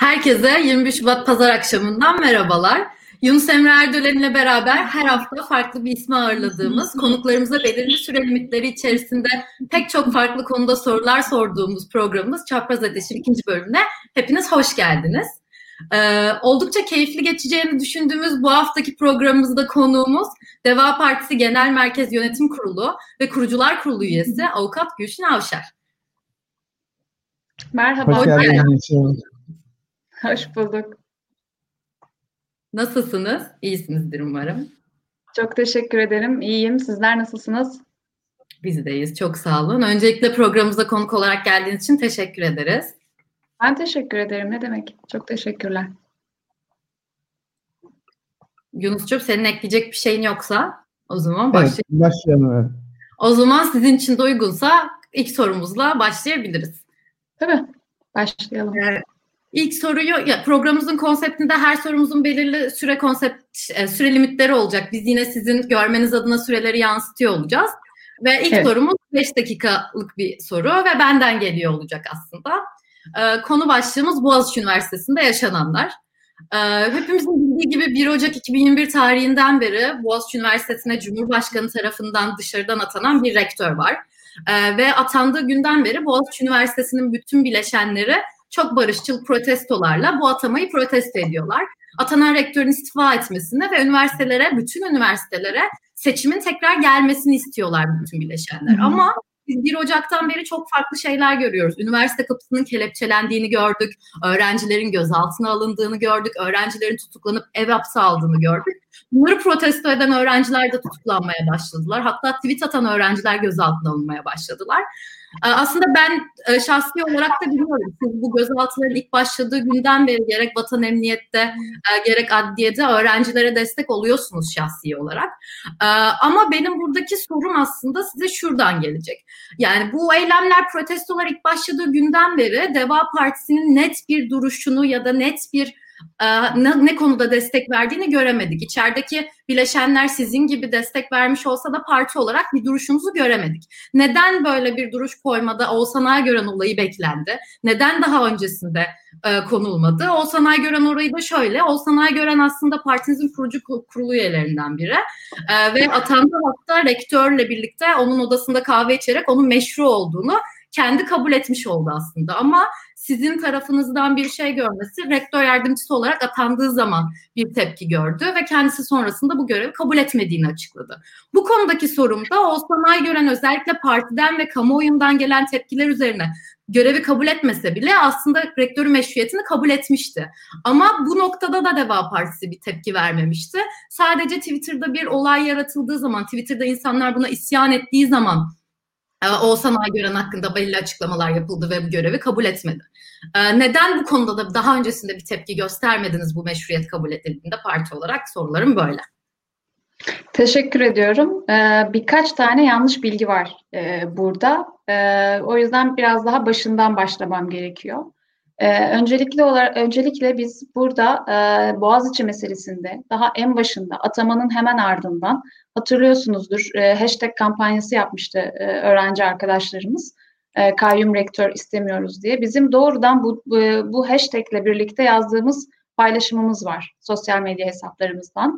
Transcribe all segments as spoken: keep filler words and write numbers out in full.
Herkese yirmi bir Şubat Pazar akşamından merhabalar. Yunus Emre Erdölen ile beraber her hafta farklı bir ismi ağırladığımız, konuklarımıza belirli süre limitleri içerisinde pek çok farklı konuda sorular sorduğumuz programımız Çapraz Ateş'in ikinci bölümüne hepiniz hoş geldiniz. Ee, oldukça keyifli geçeceğini düşündüğümüz bu haftaki programımızda konuğumuz Deva Partisi Genel Merkez Yönetim Kurulu ve Kurucular Kurulu üyesi Avukat Gülşin Avşar. Merhaba. Hoş geldiniz. Hoş bulduk. Nasılsınız? İyisinizdir umarım. Çok teşekkür ederim. İyiyim. Sizler nasılsınız? Biz de iyiyiz. Çok sağ olun. Öncelikle programımıza konuk olarak geldiğiniz için teşekkür ederiz. Ben teşekkür ederim. Ne demek? Çok teşekkürler. Yunus'cum senin ekleyecek bir şeyin yoksa o zaman başlayalım. Evet, başlayalım. O zaman sizin için de uygunsa ilk sorumuzla başlayabiliriz. Tabii. Başlayalım. Evet. İlk soruyu, ya programımızın konseptinde her sorumuzun belirli süre konsept süre limitleri olacak. Biz yine sizin görmeniz adına süreleri yansıtıyor olacağız. Ve ilk evet. sorumuz beş dakikalık bir soru ve benden geliyor olacak aslında. Ee, konu başlığımız Boğaziçi Üniversitesi'nde yaşananlar. Ee, hepimizin bildiği gibi bir Ocak iki bin yirmi bir tarihinden beri Boğaziçi Üniversitesi'ne Cumhurbaşkanı tarafından dışarıdan atanan bir rektör var. Ee, ve atandığı günden beri Boğaziçi Üniversitesi'nin bütün bileşenleri çok barışçıl protestolarla bu atamayı protesto ediyorlar. Atanan rektörün istifa etmesini ve üniversitelere, bütün üniversitelere seçimin tekrar gelmesini istiyorlar bütün bileşenler. Hı hı. Ama biz bir Ocak'tan beri çok farklı şeyler görüyoruz. Üniversite kapısının kelepçelendiğini gördük, öğrencilerin gözaltına alındığını gördük, öğrencilerin tutuklanıp ev hapsi aldığını gördük. Bunları protesto eden öğrenciler de tutuklanmaya başladılar. Hatta tweet atan öğrenciler gözaltına alınmaya başladılar. Aslında ben şahsi olarak da biliyorum. Siz bu gözaltıların ilk başladığı günden beri gerek Vatan Emniyet'te gerek adliyede öğrencilere destek oluyorsunuz şahsi olarak. Ama benim buradaki sorum aslında size şuradan gelecek. Yani bu eylemler, protestolar ilk başladığı günden beri Deva Partisi'nin net bir duruşunu ya da net bir Ne, ne konuda destek verdiğini göremedik. İçerideki bileşenler sizin gibi destek vermiş olsa da parti olarak bir duruşunuzu göremedik. Neden böyle bir duruş koymada Oğuzhan Aygören olayı beklendi? Neden daha öncesinde e, konulmadı? Oğuzhan Aygören olayı da şöyle. Oğuzhan Aygören aslında partinizin kurucu kurulu üyelerinden biri. E, ve atandı hatta rektörle birlikte onun odasında kahve içerek onun meşru olduğunu kendi kabul etmiş oldu aslında. Ama sizin tarafınızdan bir şey görmesi rektör yardımcısı olarak atandığı zaman bir tepki gördü ve kendisi sonrasında bu görevi kabul etmediğini açıkladı. Bu konudaki sorum da Oğuzhan Aygören özellikle partiden ve kamuoyundan gelen tepkiler üzerine görevi kabul etmese bile aslında rektörün meşruiyetini kabul etmişti. Ama bu noktada da Deva Partisi bir tepki vermemişti. Sadece Twitter'da bir olay yaratıldığı zaman, Twitter'da insanlar buna isyan ettiği zaman Oğuzhan Aygören hakkında belli açıklamalar yapıldı ve bu görevi kabul etmedi. Neden bu konuda da daha öncesinde bir tepki göstermediniz bu meşruiyet kabul edildiğinde parti olarak? Sorularım böyle. Teşekkür ediyorum. Birkaç tane yanlış bilgi var burada. O yüzden biraz daha başından başlamam gerekiyor. Öncelikli olarak, öncelikle biz burada Boğaziçi meselesinde daha en başında atamanın hemen ardından hatırlıyorsunuzdur hashtag kampanyası yapmıştı öğrenci arkadaşlarımız. Kayyum rektör istemiyoruz diye. Bizim doğrudan bu, bu hashtagle birlikte yazdığımız paylaşımımız var sosyal medya hesaplarımızdan.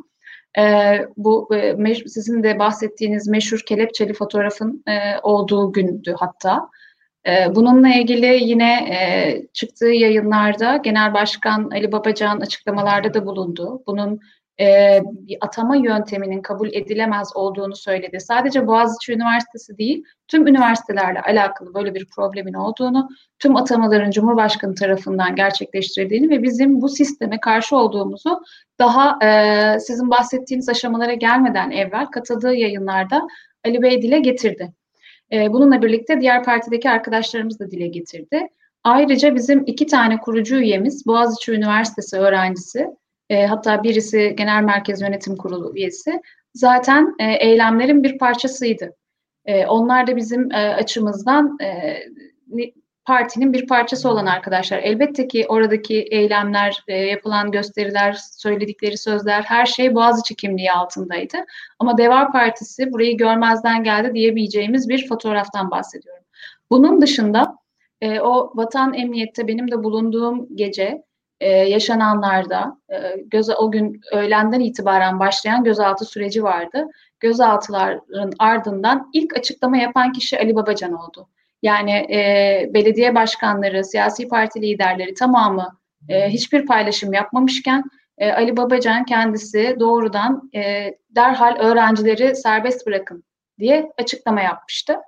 Bu sizin de bahsettiğiniz meşhur kelepçeli fotoğrafın olduğu gündü hatta. Bununla ilgili yine çıktığı yayınlarda Genel Başkan Ali Babacan açıklamalarda da bulundu. Bunun bir atama yönteminin kabul edilemez olduğunu söyledi. Sadece Boğaziçi Üniversitesi değil, tüm üniversitelerle alakalı böyle bir problemin olduğunu, tüm atamaların Cumhurbaşkanı tarafından gerçekleştirildiğini ve bizim bu sisteme karşı olduğumuzu daha sizin bahsettiğiniz aşamalara gelmeden evvel katıldığı yayınlarda Ali Bey dile getirdi. Bununla birlikte diğer partideki arkadaşlarımız da dile getirdi. Ayrıca bizim iki tane kurucu üyemiz Boğaziçi Üniversitesi öğrencisi, e, hatta birisi Genel Merkez Yönetim Kurulu üyesi, zaten e, eylemlerin bir parçasıydı. E, onlar da bizim e, açımızdan e, partinin bir parçası olan arkadaşlar. Elbette ki oradaki eylemler, e, yapılan gösteriler, söyledikleri sözler, her şey Boğaziçi kimliği altındaydı. Ama Deva Partisi burayı görmezden geldi diyemeyeceğimiz bir fotoğraftan bahsediyorum. Bunun dışında e, o Vatan Emniyet'te benim de bulunduğum gece e, yaşananlarda e, göze, o gün öğlenden itibaren başlayan gözaltı süreci vardı. Gözaltıların ardından ilk açıklama yapan kişi Ali Babacan oldu. Yani e, belediye başkanları, siyasi parti liderleri tamamı e, hiçbir paylaşım yapmamışken e, Ali Babacan kendisi doğrudan e, derhal öğrencileri serbest bırakın diye açıklama yapmıştı.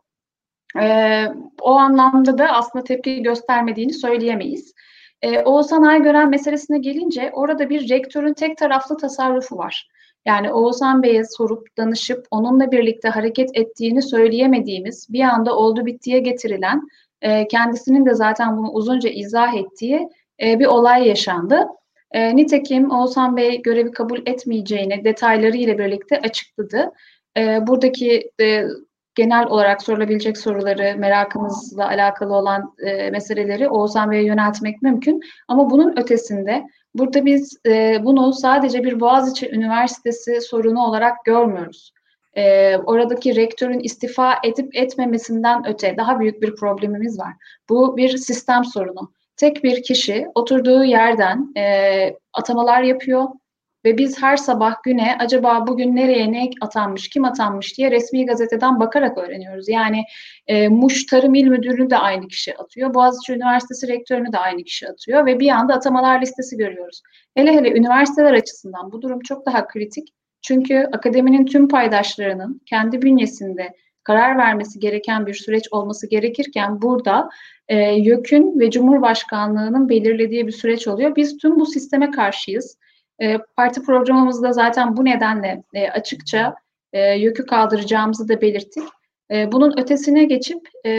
E, o anlamda da aslında tepki göstermediğini söyleyemeyiz. E, Oğuzhan Aygören meselesine gelince orada bir rektörün tek taraflı tasarrufu var. Yani Oğuzhan Bey'e sorup danışıp onunla birlikte hareket ettiğini söyleyemediğimiz, bir anda oldu bittiye getirilen, e, kendisinin de zaten bunu uzunca izah ettiği e, bir olay yaşandı. E, nitekim Oğuzhan Bey görevi kabul etmeyeceğini detayları ile birlikte açıkladı. E, buradaki e, genel olarak sorulabilecek soruları, merakımızla alakalı olan e, meseleleri Oğuzhan Bey'e yöneltmek mümkün. Ama bunun ötesinde burada biz e, bunu sadece bir Boğaziçi Üniversitesi sorunu olarak görmüyoruz. E, oradaki rektörün istifa edip etmemesinden öte daha büyük bir problemimiz var. Bu bir sistem sorunu. Tek bir kişi oturduğu yerden e, atamalar yapıyor. Ve biz her sabah güne acaba bugün nereye ne atanmış, kim atanmış diye resmi gazeteden bakarak öğreniyoruz. Yani e, Muş Tarım İl Müdürü'nü de aynı kişi atıyor. Boğaziçi Üniversitesi Rektörünü de aynı kişi atıyor. Ve bir anda atamalar listesi görüyoruz. Hele hele üniversiteler açısından bu durum çok daha kritik. Çünkü akademinin tüm paydaşlarının kendi bünyesinde karar vermesi gereken bir süreç olması gerekirken burada e, YÖK'ün ve Cumhurbaşkanlığı'nın belirlediği bir süreç oluyor. Biz tüm bu sisteme karşıyız. E, parti programımızda zaten bu nedenle e, açıkça e, YÖK'ü kaldıracağımızı da belirttik. E, bunun ötesine geçip e,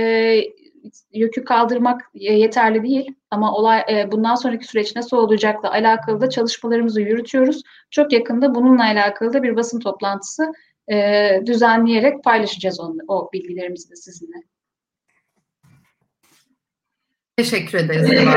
YÖK'ü kaldırmak yeterli değil ama olay e, bundan sonraki süreç nasıl olacakla alakalı da çalışmalarımızı yürütüyoruz. Çok yakında bununla alakalı da bir basın toplantısı e, düzenleyerek paylaşacağız onu, o bilgilerimizi de sizinle. Teşekkür ederiz Deva.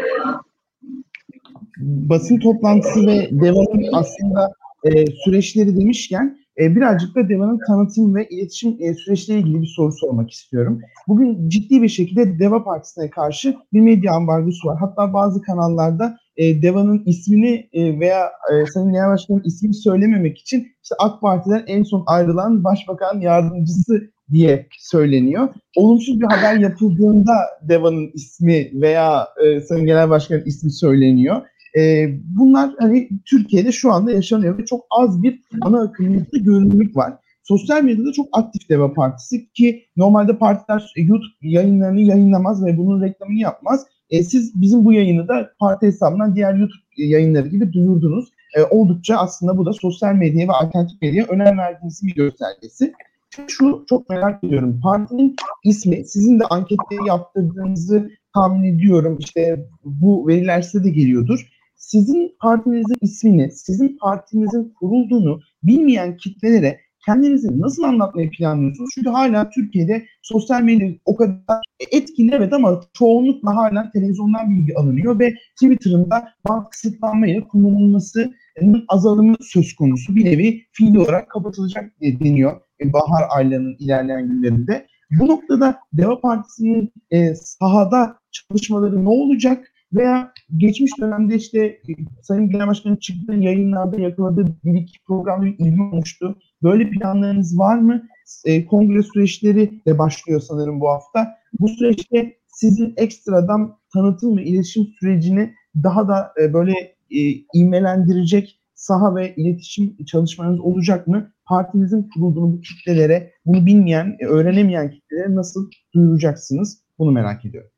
Basın toplantısı ve Deva'nın aslında e, süreçleri demişken e, birazcık da Deva'nın tanıtım ve iletişim e, süreçleriyle ilgili bir soru sormak istiyorum. Bugün ciddi bir şekilde Deva Partisi'ne karşı bir medya ambargosu var. Hatta bazı kanallarda e, Deva'nın ismini e, veya e, Sayın Genel Başkan'ın ismini söylememek için işte AK Parti'den en son ayrılan Başbakan Yardımcısı diye söyleniyor. Olumsuz bir haber yapıldığında Deva'nın ismi veya e, Sayın Genel Başkan'ın ismi söyleniyor. E, bunlar hani Türkiye'de şu anda yaşanıyor ve çok az bir ana akımda görünürlük var. Sosyal medyada çok aktif Deva Partisi ki normalde partiler YouTube yayınlarını yayınlamaz ve bunun reklamını yapmaz. E, siz bizim bu yayını da parti hesabından diğer YouTube yayınları gibi duyurdunuz. E, oldukça aslında bu da sosyal medyaya ve alternatif medyaya önem verdiğiniz bir göstergesi. Şunu çok merak ediyorum. Partinin ismi sizin de anketleri yaptırdığınızı tahmin ediyorum. İşte bu veriler size de geliyordur. Sizin partinizin ismini, sizin partinizin kurulduğunu bilmeyen kitlelere kendinizi nasıl anlatmayı planlıyorsunuz? Çünkü hala Türkiye'de sosyal medya o kadar etkili evet ama çoğunlukla hala televizyondan bilgi alınıyor ve Twitter'ın da bazı kısıtlanmayla kullanılmasının azalımı söz konusu. Bir nevi fiili olarak kapatılacak deniyor bahar aylarının ilerleyen günlerinde. Bu noktada Deva Partisi'nin e, sahada çalışmaları ne olacak? Veya geçmiş dönemde işte e, Sayın Genel Başkan'ın çıktığı yayınlarda yakaladığı bir iki programda bir ilgi olmuştu. Böyle planlarınız var mı? E, kongre süreçleri de başlıyor sanırım bu hafta. Bu süreçte sizin ekstradan tanıtım ve iletişim sürecini daha da e, böyle e, ivmelendirecek saha ve iletişim çalışmanız olacak mı? Partinizin kurulduğunu bu kitlelere, bunu bilmeyen, e, öğrenemeyen kitlelere nasıl duyuracaksınız? Bunu merak ediyorum.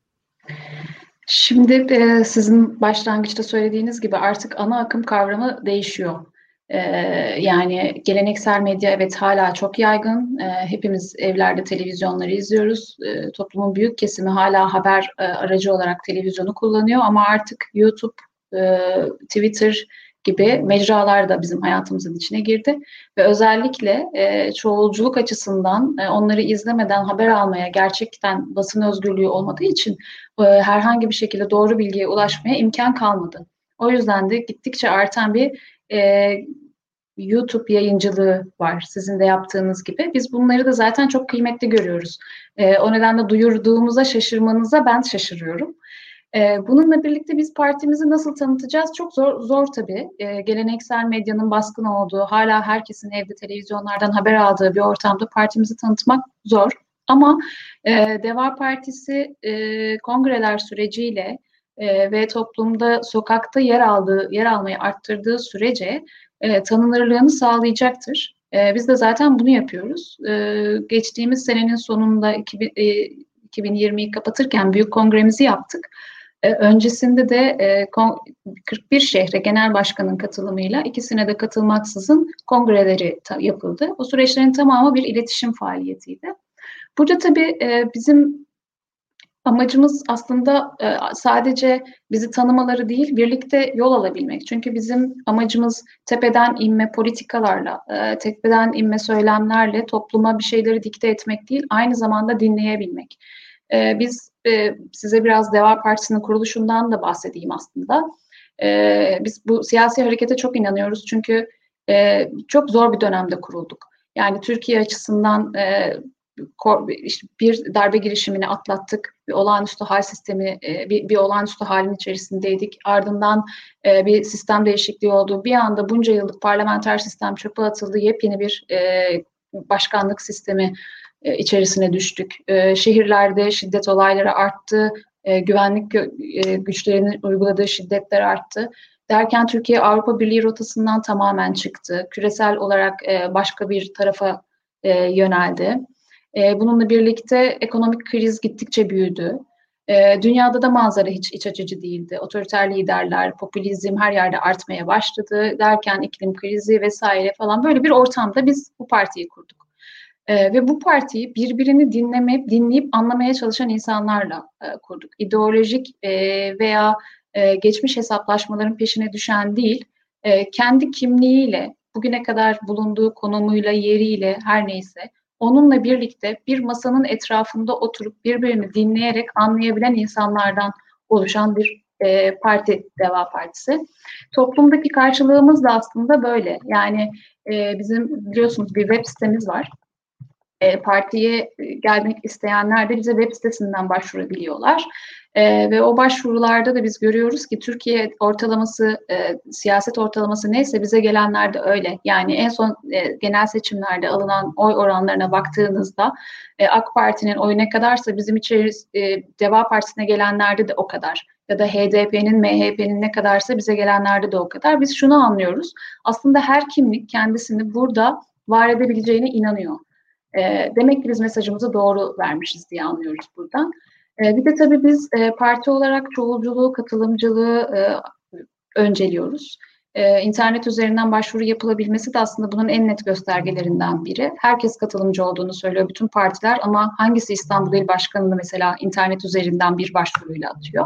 Şimdi e, sizin başlangıçta söylediğiniz gibi artık ana akım kavramı değişiyor. E, yani geleneksel medya evet hala çok yaygın. E, hepimiz evlerde televizyonları izliyoruz. E, toplumun büyük kesimi hala haber e, aracı olarak televizyonu kullanıyor ama artık YouTube, e, Twitter gibi mecralar da bizim hayatımızın içine girdi ve özellikle e, çoğulculuk açısından e, onları izlemeden haber almaya gerçekten basın özgürlüğü olmadığı için e, herhangi bir şekilde doğru bilgiye ulaşmaya imkan kalmadı. O yüzden de gittikçe artan bir e, YouTube yayıncılığı var sizin de yaptığınız gibi. Biz bunları da zaten çok kıymetli görüyoruz. E, o nedenle duyurduğumuza şaşırmanıza ben şaşırıyorum. E, bununla birlikte biz partimizi nasıl tanıtacağız? Çok zor, zor tabii. E, geleneksel medyanın baskın olduğu, hala herkesin evde televizyonlardan haber aldığı bir ortamda partimizi tanıtmak zor. Ama e, Deva Partisi e, kongreler süreciyle e, ve toplumda, sokakta yer aldığı, yer almayı arttırdığı sürece e, tanınırlığını sağlayacaktır. E, biz de zaten bunu yapıyoruz. E, geçtiğimiz senenin sonunda iki bin, e, iki bin yirmiyi kapatırken büyük kongremizi yaptık. E, öncesinde de e, kırk bir şehre genel başkanın katılımıyla ikisine de katılmaksızın kongreleri yapıldı. O süreçlerin tamamı bir iletişim faaliyetiydi. Burada tabii e, bizim amacımız aslında e, sadece bizi tanımaları değil, birlikte yol alabilmek. Çünkü bizim amacımız tepeden inme politikalarla, e, tepeden inme söylemlerle topluma bir şeyleri dikte etmek değil, aynı zamanda dinleyebilmek. E, biz e, size biraz Deva Partisi'nin kuruluşundan da bahsedeyim aslında. E, biz bu siyasi harekete çok inanıyoruz çünkü e, çok zor bir dönemde kurulduk. Yani Türkiye açısından e, işte bir darbe girişimini atlattık, bir olağanüstü hal sistemi, bir, bir olağanüstü halin içerisindeydik. Ardından e, bir sistem değişikliği oldu. Bir anda bunca yıllık parlamenter sistem çöpe atıldı. Yepyeni bir e, başkanlık sistemi e, içerisine düştük. E, şehirlerde şiddet olayları arttı. E, güvenlik e, güçlerinin uyguladığı şiddetler arttı. Derken Türkiye Avrupa Birliği rotasından tamamen çıktı. Küresel olarak e, başka bir tarafa e, yöneldi. E, bununla birlikte ekonomik kriz gittikçe büyüdü. E, dünyada da manzara hiç iç açıcı değildi. Otoriter liderler, popülizm her yerde artmaya başladı. Derken iklim krizi vesaire falan böyle bir ortamda biz bu partiyi kurduk. E, ve bu partiyi birbirini dinlemeyip, dinleyip anlamaya çalışan insanlarla e, kurduk. İdeolojik e, veya e, geçmiş hesaplaşmaların peşine düşen değil, e, kendi kimliğiyle, bugüne kadar bulunduğu konumuyla, yeriyle her neyse onunla birlikte bir masanın etrafında oturup birbirini dinleyerek anlayabilen insanlardan oluşan bir e, parti, Deva Partisi. Toplumdaki karşılığımız da aslında böyle. Yani e, bizim biliyorsunuz bir web sitemiz var. E, partiye gelmek isteyenler de bize web sitesinden başvurabiliyorlar. E, ve o başvurularda da biz görüyoruz ki Türkiye ortalaması, e, siyaset ortalaması neyse bize gelenler de öyle. Yani en son e, genel seçimlerde alınan oy oranlarına baktığınızda e, AK Parti'nin oyu ne kadarsa bizim içeris e, Deva Partisi'ne gelenlerde de o kadar. Ya da H D P'nin, M H P'nin ne kadarsa bize gelenlerde de o kadar. Biz şunu anlıyoruz. Aslında her kimlik kendisini burada var edebileceğine inanıyor. E, demek ki biz mesajımızı doğru vermişiz diye anlıyoruz buradan. E, bir de tabii biz e, parti olarak çoğulculuğu, katılımcılığı e, önceliyoruz. E, internet üzerinden başvuru yapılabilmesi de aslında bunun en net göstergelerinden biri. Herkes katılımcı olduğunu söylüyor, bütün partiler, ama hangisi İstanbul İl Başkanı'nı mesela internet üzerinden bir başvuruyla atıyor?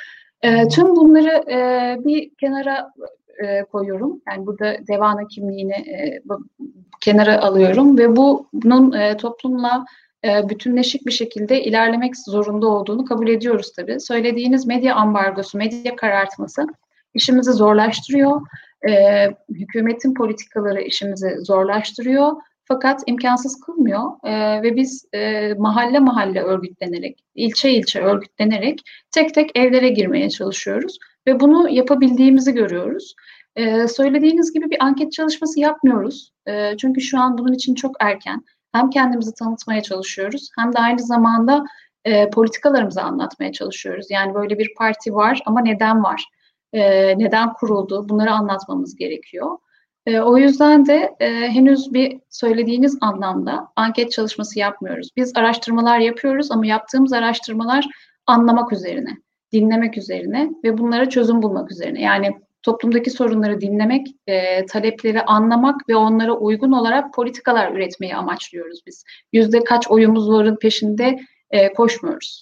E, tüm bunları e, bir kenara e, koyuyorum. Yani burada Deva'nın kimliğini e, kenara alıyorum ve bu bunun e, toplumla e, bütünleşik bir şekilde ilerlemek zorunda olduğunu kabul ediyoruz tabii. Söylediğiniz medya ambargosu, medya karartması işimizi zorlaştırıyor. E, hükümetin politikaları işimizi zorlaştırıyor. Fakat imkansız kılmıyor e, ve biz e, mahalle mahalle örgütlenerek, ilçe ilçe örgütlenerek tek tek evlere girmeye çalışıyoruz ve bunu yapabildiğimizi görüyoruz. Ee, söylediğiniz gibi bir anket çalışması yapmıyoruz. Ee, çünkü şu an bunun için çok erken. Hem kendimizi tanıtmaya çalışıyoruz hem de aynı zamanda e, politikalarımızı anlatmaya çalışıyoruz. Yani böyle bir parti var ama neden var? Ee, neden kuruldu? Bunları anlatmamız gerekiyor. Ee, o yüzden de e, henüz bir söylediğiniz anlamda anket çalışması yapmıyoruz. Biz araştırmalar yapıyoruz ama yaptığımız araştırmalar anlamak üzerine, dinlemek üzerine ve bunlara çözüm bulmak üzerine. Yani toplumdaki sorunları dinlemek, e, talepleri anlamak ve onlara uygun olarak politikalar üretmeyi amaçlıyoruz biz. Yüzde kaç oyumuz varın peşinde e, koşmuyoruz.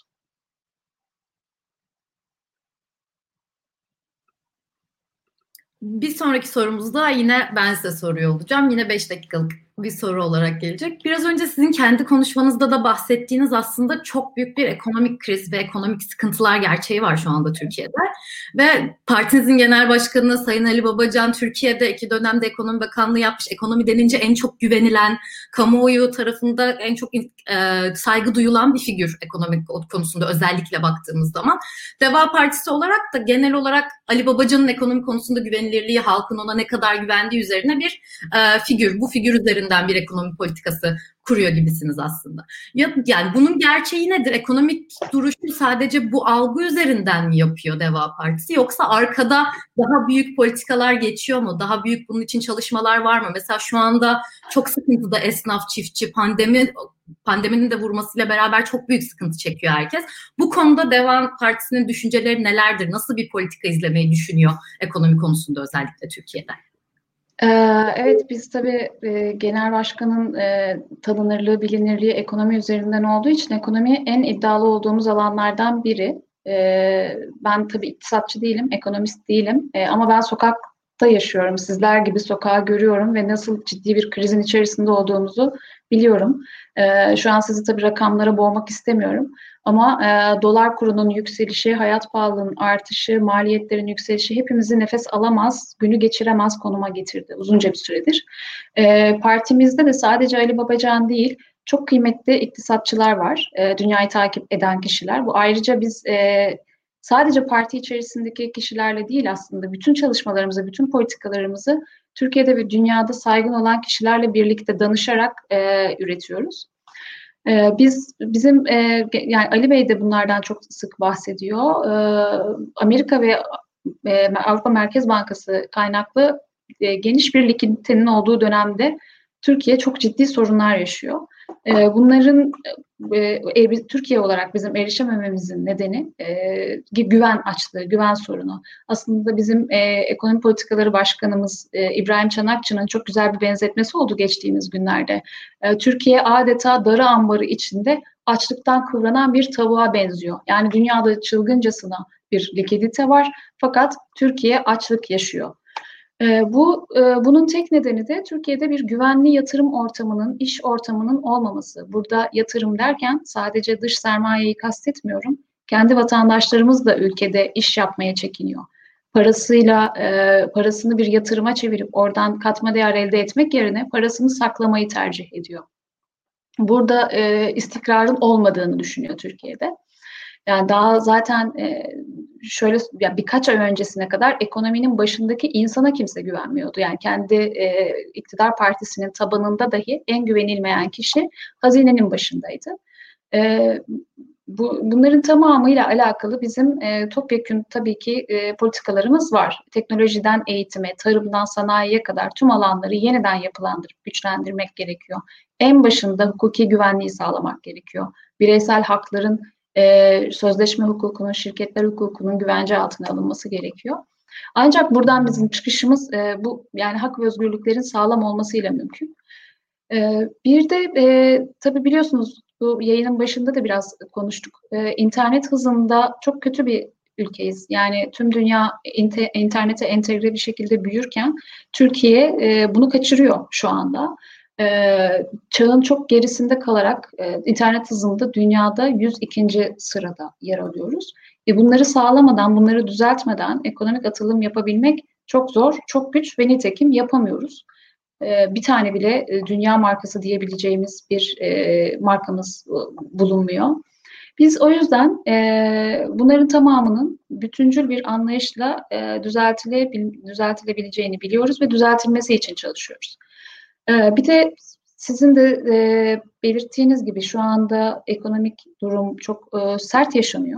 Bir sonraki sorumuzda yine ben size soruyor olacağım. Yine beş dakikalık bir soru olarak gelecek. Biraz önce sizin kendi konuşmanızda da bahsettiğiniz aslında çok büyük bir ekonomik kriz ve ekonomik sıkıntılar gerçeği var şu anda Türkiye'de. Ve partinizin genel başkanı Sayın Ali Babacan Türkiye'de iki dönemde ekonomi bakanlığı yapmış. Ekonomi denince en çok güvenilen, kamuoyu tarafında en çok e, saygı duyulan bir figür ekonomik konusunda özellikle baktığımız zaman. Deva Partisi olarak da genel olarak Ali Babacan'ın ekonomi konusunda güvenilirliği, halkın ona ne kadar güvendiği üzerine bir e, figür. Bu figür üzerinden bir ekonomi politikası kuruyor gibisiniz aslında. Ya, yani bunun gerçeği nedir? Ekonomik duruşu sadece bu algı üzerinden mi yapıyor Deva Partisi? Yoksa arkada daha büyük politikalar geçiyor mu? Daha büyük bunun için çalışmalar var mı? Mesela şu anda çok sıkıntıda esnaf, çiftçi, pandemi pandeminin de vurmasıyla beraber çok büyük sıkıntı çekiyor herkes. Bu konuda Deva Partisi'nin düşünceleri nelerdir? Nasıl bir politika izlemeyi düşünüyor ekonomi konusunda özellikle Türkiye'de? Evet, biz tabii genel başkanın tanınırlığı, bilinirliği ekonomi üzerinden olduğu için ekonomi en iddialı olduğumuz alanlardan biri. Ben tabii iktisatçı değilim, ekonomist değilim ama ben sokakta yaşıyorum. Sizler gibi sokağı görüyorum ve nasıl ciddi bir krizin içerisinde olduğumuzu biliyorum. Şu an sizi tabii rakamlara boğmak istemiyorum. Ama e, dolar kurunun yükselişi, hayat pahalılığının artışı, maliyetlerin yükselişi hepimizi nefes alamaz, günü geçiremez konuma getirdi uzunca bir süredir. E, partimizde de sadece Ali Babacan değil, çok kıymetli iktisatçılar var, e, dünyayı takip eden kişiler. Bu ayrıca biz e, sadece parti içerisindeki kişilerle değil aslında bütün çalışmalarımızı, bütün politikalarımızı Türkiye'de ve dünyada saygın olan kişilerle birlikte danışarak e, üretiyoruz. Ee, biz bizim e, yani Ali Bey de bunlardan çok sık bahsediyor. Ee, Amerika ve e, Avrupa Merkez Bankası kaynaklı e, geniş bir likiditenin olduğu dönemde Türkiye çok ciddi sorunlar yaşıyor. E, bunların e, Türkiye olarak bizim erişemememizin nedeni e, güven açlığı, güven sorunu. Aslında bizim e, ekonomi politikaları başkanımız e, İbrahim Çanakçı'nın çok güzel bir benzetmesi oldu geçtiğimiz günlerde. E, Türkiye adeta darı ambarı içinde açlıktan kıvranan bir tavuğa benziyor. Yani dünyada çılgıncasına bir likidite var fakat Türkiye açlık yaşıyor. E, bu e, bunun tek nedeni de Türkiye'de bir güvenli yatırım ortamının, iş ortamının olmaması. Burada yatırım derken sadece dış sermayeyi kastetmiyorum. Kendi vatandaşlarımız da ülkede iş yapmaya çekiniyor. Parasıyla e, parasını bir yatırıma çevirip oradan katma değer elde etmek yerine parasını saklamayı tercih ediyor. Burada e, istikrarın olmadığını düşünüyor Türkiye'de. Yani daha zaten e, şöyle ya birkaç ay öncesine kadar ekonominin başındaki insana kimse güvenmiyordu. Yani kendi e, iktidar partisinin tabanında dahi en güvenilmeyen kişi hazinenin başındaydı. E, bu, bunların tamamıyla alakalı bizim e, topyekün tabii ki e, politikalarımız var. Teknolojiden eğitime, tarımdan sanayiye kadar tüm alanları yeniden yapılandırıp güçlendirmek gerekiyor. En başında hukuki güvenliği sağlamak gerekiyor. Bireysel hakların Ee, sözleşme hukukunun, şirketler hukukunun güvence altına alınması gerekiyor. Ancak buradan bizim çıkışımız e, bu yani hak ve özgürlüklerin sağlam olmasıyla mümkün. E, bir de e, tabii biliyorsunuz bu yayının başında da biraz konuştuk. E, internet hızında çok kötü bir ülkeyiz. Yani tüm dünya inter, internete entegre bir şekilde büyürken Türkiye e, bunu kaçırıyor şu anda. Ee, çağın çok gerisinde kalarak e, internet hızında dünyada yüz ikinci sırada yer alıyoruz. E, bunları sağlamadan, bunları düzeltmeden ekonomik atılım yapabilmek çok zor, çok güç ve nitekim yapamıyoruz. E, bir tane bile e, dünya markası diyebileceğimiz bir e, markamız e, bulunmuyor. Biz o yüzden e, bunların tamamının bütüncül bir anlayışla e, düzeltilebil, düzeltilebileceğini biliyoruz ve düzeltilmesi için çalışıyoruz. Bir de sizin de e, belirttiğiniz gibi şu anda ekonomik durum çok e, sert yaşanıyor.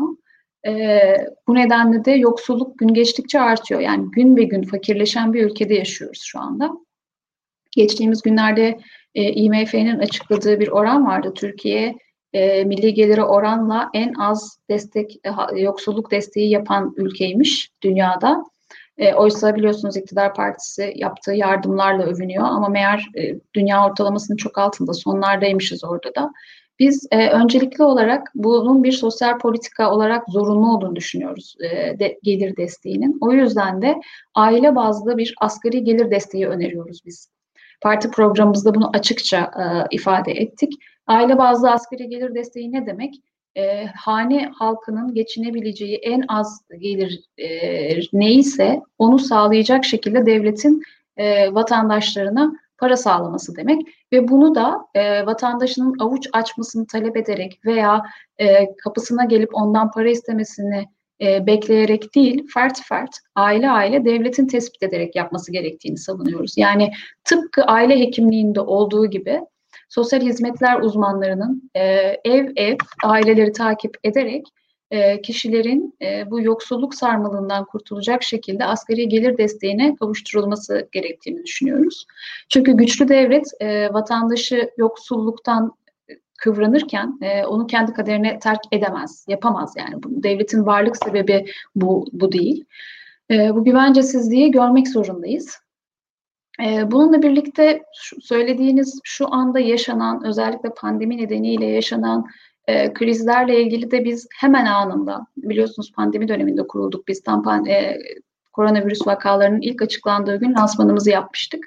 E, bu nedenle de yoksulluk gün geçtikçe artıyor. Yani gün be gün fakirleşen bir ülkede yaşıyoruz şu anda. Geçtiğimiz günlerde e, I M F'nin açıkladığı bir oran vardı. Türkiye e, milli geliri oranla en az destek e, yoksulluk desteği yapan ülkeymiş dünyada. E, oysa biliyorsunuz iktidar partisi yaptığı yardımlarla övünüyor ama meğer e, dünya ortalamasının çok altında sonlardaymışız orada da. Biz e, öncelikli olarak bunun bir sosyal politika olarak zorunlu olduğunu düşünüyoruz e, de, gelir desteğinin. O yüzden de aile bazlı bir asgari gelir desteği öneriyoruz biz. parti programımızda bunu açıkça e, ifade ettik. Aile bazlı asgari gelir desteği ne demek? E, hane halkının geçinebileceği en az gelir e, neyse onu sağlayacak şekilde devletin e, vatandaşlarına para sağlaması demek ve bunu da e, vatandaşının avuç açmasını talep ederek veya e, kapısına gelip ondan para istemesini e, bekleyerek değil, fert fert, aile aile devletin tespit ederek yapması gerektiğini savunuyoruz. Yani tıpkı aile hekimliğinde olduğu gibi sosyal hizmetler uzmanlarının e, ev ev aileleri takip ederek e, kişilerin e, bu yoksulluk sarmalından kurtulacak şekilde asgari gelir desteğine kavuşturulması gerektiğini düşünüyoruz. Çünkü güçlü devlet e, vatandaşı yoksulluktan kıvranırken e, onu kendi kaderine terk edemez, yapamaz yani. Bu, devletin varlık sebebi bu, bu değil. E, bu güvencesizliği görmek zorundayız. E, bununla birlikte şu, söylediğiniz şu anda yaşanan, özellikle pandemi nedeniyle yaşanan e, krizlerle ilgili de biz hemen anında, biliyorsunuz pandemi döneminde kurulduk biz, tam pan, e, koronavirüs vakalarının ilk açıklandığı gün lansmanımızı yapmıştık.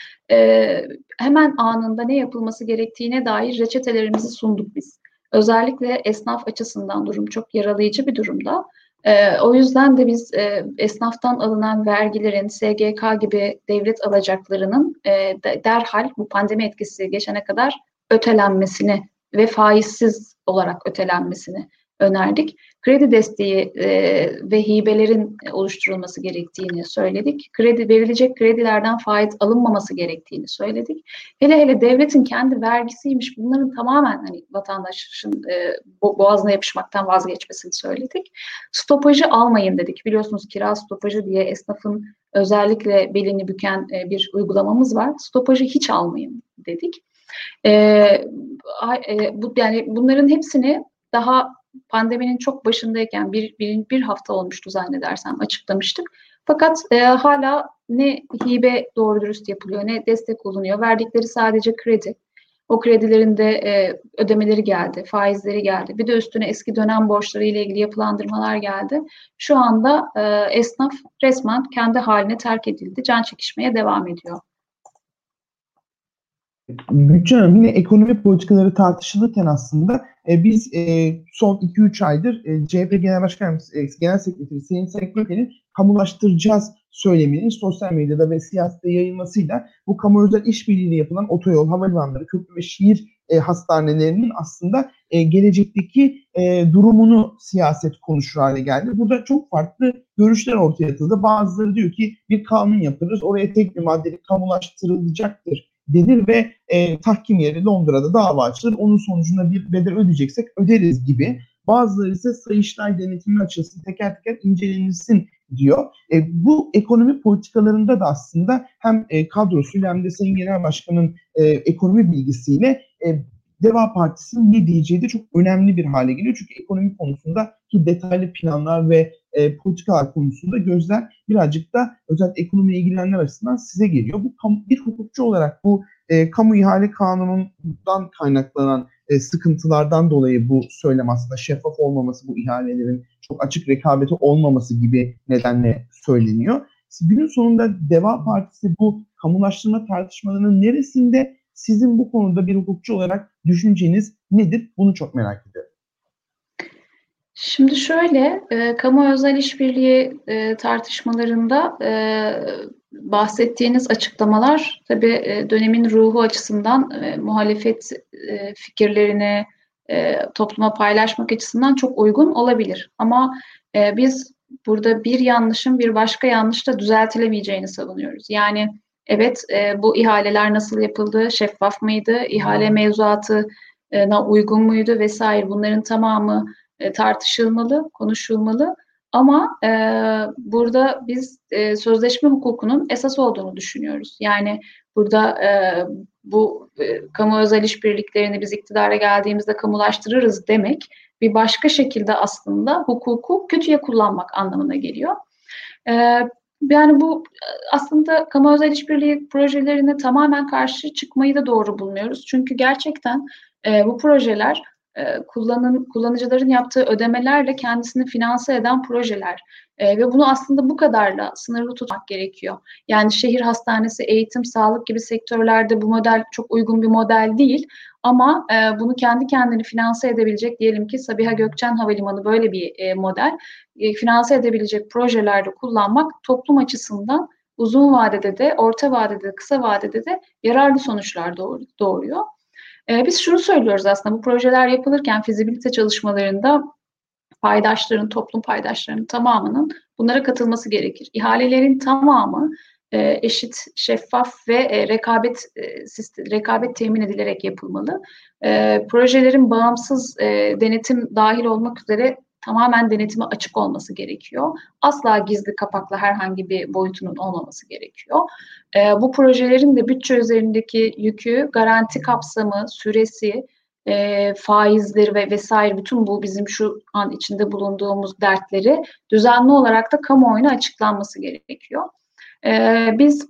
Ee, hemen anında ne yapılması gerektiğine dair reçetelerimizi sunduk biz. Özellikle esnaf açısından durum çok yaralayıcı bir durumda. Ee, o yüzden de biz e, esnaftan alınan vergilerin, S G K gibi devlet alacaklarının e, de, derhal bu pandemi etkisi geçene kadar ötelenmesini ve faizsiz olarak ötelenmesini önerdik. Kredi desteği e, ve hibelerin oluşturulması gerektiğini söyledik. Kredi verilecek kredilerden faiz alınmaması gerektiğini söyledik. Hele hele devletin kendi vergisiymiş, bunların tamamen hani vatandaşın e, boğazına yapışmaktan vazgeçmesini söyledik. Stopajı almayın dedik. Biliyorsunuz kira stopajı diye esnafın özellikle belini büken e, bir uygulamamız var. Stopajı hiç almayın dedik. E, e, bu, yani bunların hepsini daha pandeminin çok başındayken bir, bir, bir hafta olmuştu zannedersem açıklamıştık. Fakat e, hala ne hibe doğru dürüst yapılıyor, ne destek olunuyor. Verdikleri sadece kredi. O kredilerin de e, ödemeleri geldi, faizleri geldi. Bir de üstüne eski dönem borçları ile ilgili yapılandırmalar geldi. Şu anda e, esnaf resmen kendi haline terk edildi. Can çekişmeye devam ediyor. Gülcan Hanım, yine ekonomi politikaları tartışılırken aslında e, biz e, son iki üç aydır e, C H P Genel Başkanı, e, Genel Sekreteri Sayın Sekreter'in kamulaştıracağız söyleminin sosyal medyada ve siyasette yayılmasıyla bu kamu özel işbirliğiyle yapılan otoyol, havalimanları, köprü ve şehir e, hastanelerinin aslında e, gelecekteki e, durumunu siyaset konuşur hale geldi. Burada çok farklı görüşler ortaya atıldı. Bazıları diyor ki bir kanun yaparız, oraya tek bir maddelik kamulaştırılacaktır denir ve e, tahkim yeri Londra'da dava açılır. Onun sonucunda bir bedel ödeyeceksek öderiz gibi. Bazıları ise Sayıştay denetimi açılsın, teker teker incelenilsin diyor. E, bu ekonomi politikalarında da aslında hem e, kadrosuyla hem de Sayın Genel Başkan'ın e, ekonomi bilgisiyle e, Deva Partisi'nin ne diyeceği de çok önemli bir hale geliyor. Çünkü ekonomi konusundaki detaylı planlar ve e, politikalar konusunda gözler birazcık da özellikle ekonomiye ilgilenenler açısından size geliyor. Bu bir hukukçu olarak bu e, kamu ihale kanunundan kaynaklanan e, sıkıntılardan dolayı bu söylem aslında şeffaf olmaması, bu ihalelerin çok açık rekabeti olmaması gibi nedenle söyleniyor. Günün sonunda Deva Partisi bu kamulaştırma tartışmalarının neresinde, sizin bu konuda bir hukukçu olarak düşünceniz nedir? Bunu çok merak ediyorum. Şimdi şöyle, e, kamu özel işbirliği e, tartışmalarında e, bahsettiğiniz açıklamalar tabii e, dönemin ruhu açısından e, muhalefet e, fikirlerini e, topluma paylaşmak açısından çok uygun olabilir. Ama e, biz burada bir yanlışın bir başka yanlışla düzeltilemeyeceğini savunuyoruz. Yani evet, e, bu ihaleler nasıl yapıldı, şeffaf mıydı, ihale mevzuatına uygun muydu vesaire, bunların tamamı e, tartışılmalı, konuşulmalı. Ama e, burada biz e, sözleşme hukukunun esas olduğunu düşünüyoruz. Yani burada e, bu e, kamu özel işbirliklerini biz iktidara geldiğimizde kamulaştırırız demek bir başka şekilde aslında hukuku kötüye kullanmak anlamına geliyor. E, Yani bu aslında kamu özel işbirliği projelerine tamamen karşı çıkmayı da doğru bulmuyoruz. Çünkü gerçekten e, bu projeler e, kullanın, kullanıcıların yaptığı ödemelerle kendisini finanse eden projeler. E, ve bunu aslında bu kadarla sınırlı tutmak gerekiyor. Yani şehir hastanesi, eğitim, sağlık gibi sektörlerde bu model çok uygun bir model değil. Ama e, bunu kendi kendini finanse edebilecek, diyelim ki Sabiha Gökçen Havalimanı böyle bir e, model, e, finanse edebilecek projelerde kullanmak toplum açısından uzun vadede de, orta vadede de, kısa vadede de yararlı sonuçlar doğuruyor. E, biz şunu söylüyoruz aslında, bu projeler yapılırken fizibilite çalışmalarında paydaşların, toplum paydaşlarının tamamının bunlara katılması gerekir. İhalelerin tamamı e, eşit, şeffaf ve e, rekabet e, sistem, rekabet temin edilerek yapılmalı. E, projelerin bağımsız e, denetim dahil olmak üzere tamamen denetime açık olması gerekiyor. Asla gizli kapaklı herhangi bir boyutunun olmaması gerekiyor. E, bu projelerin de bütçe üzerindeki yükü, garanti kapsamı, süresi, E, faizleri ve vesaire, bütün bu bizim şu an içinde bulunduğumuz dertleri düzenli olarak da kamuoyuna açıklanması gerekiyor. E, biz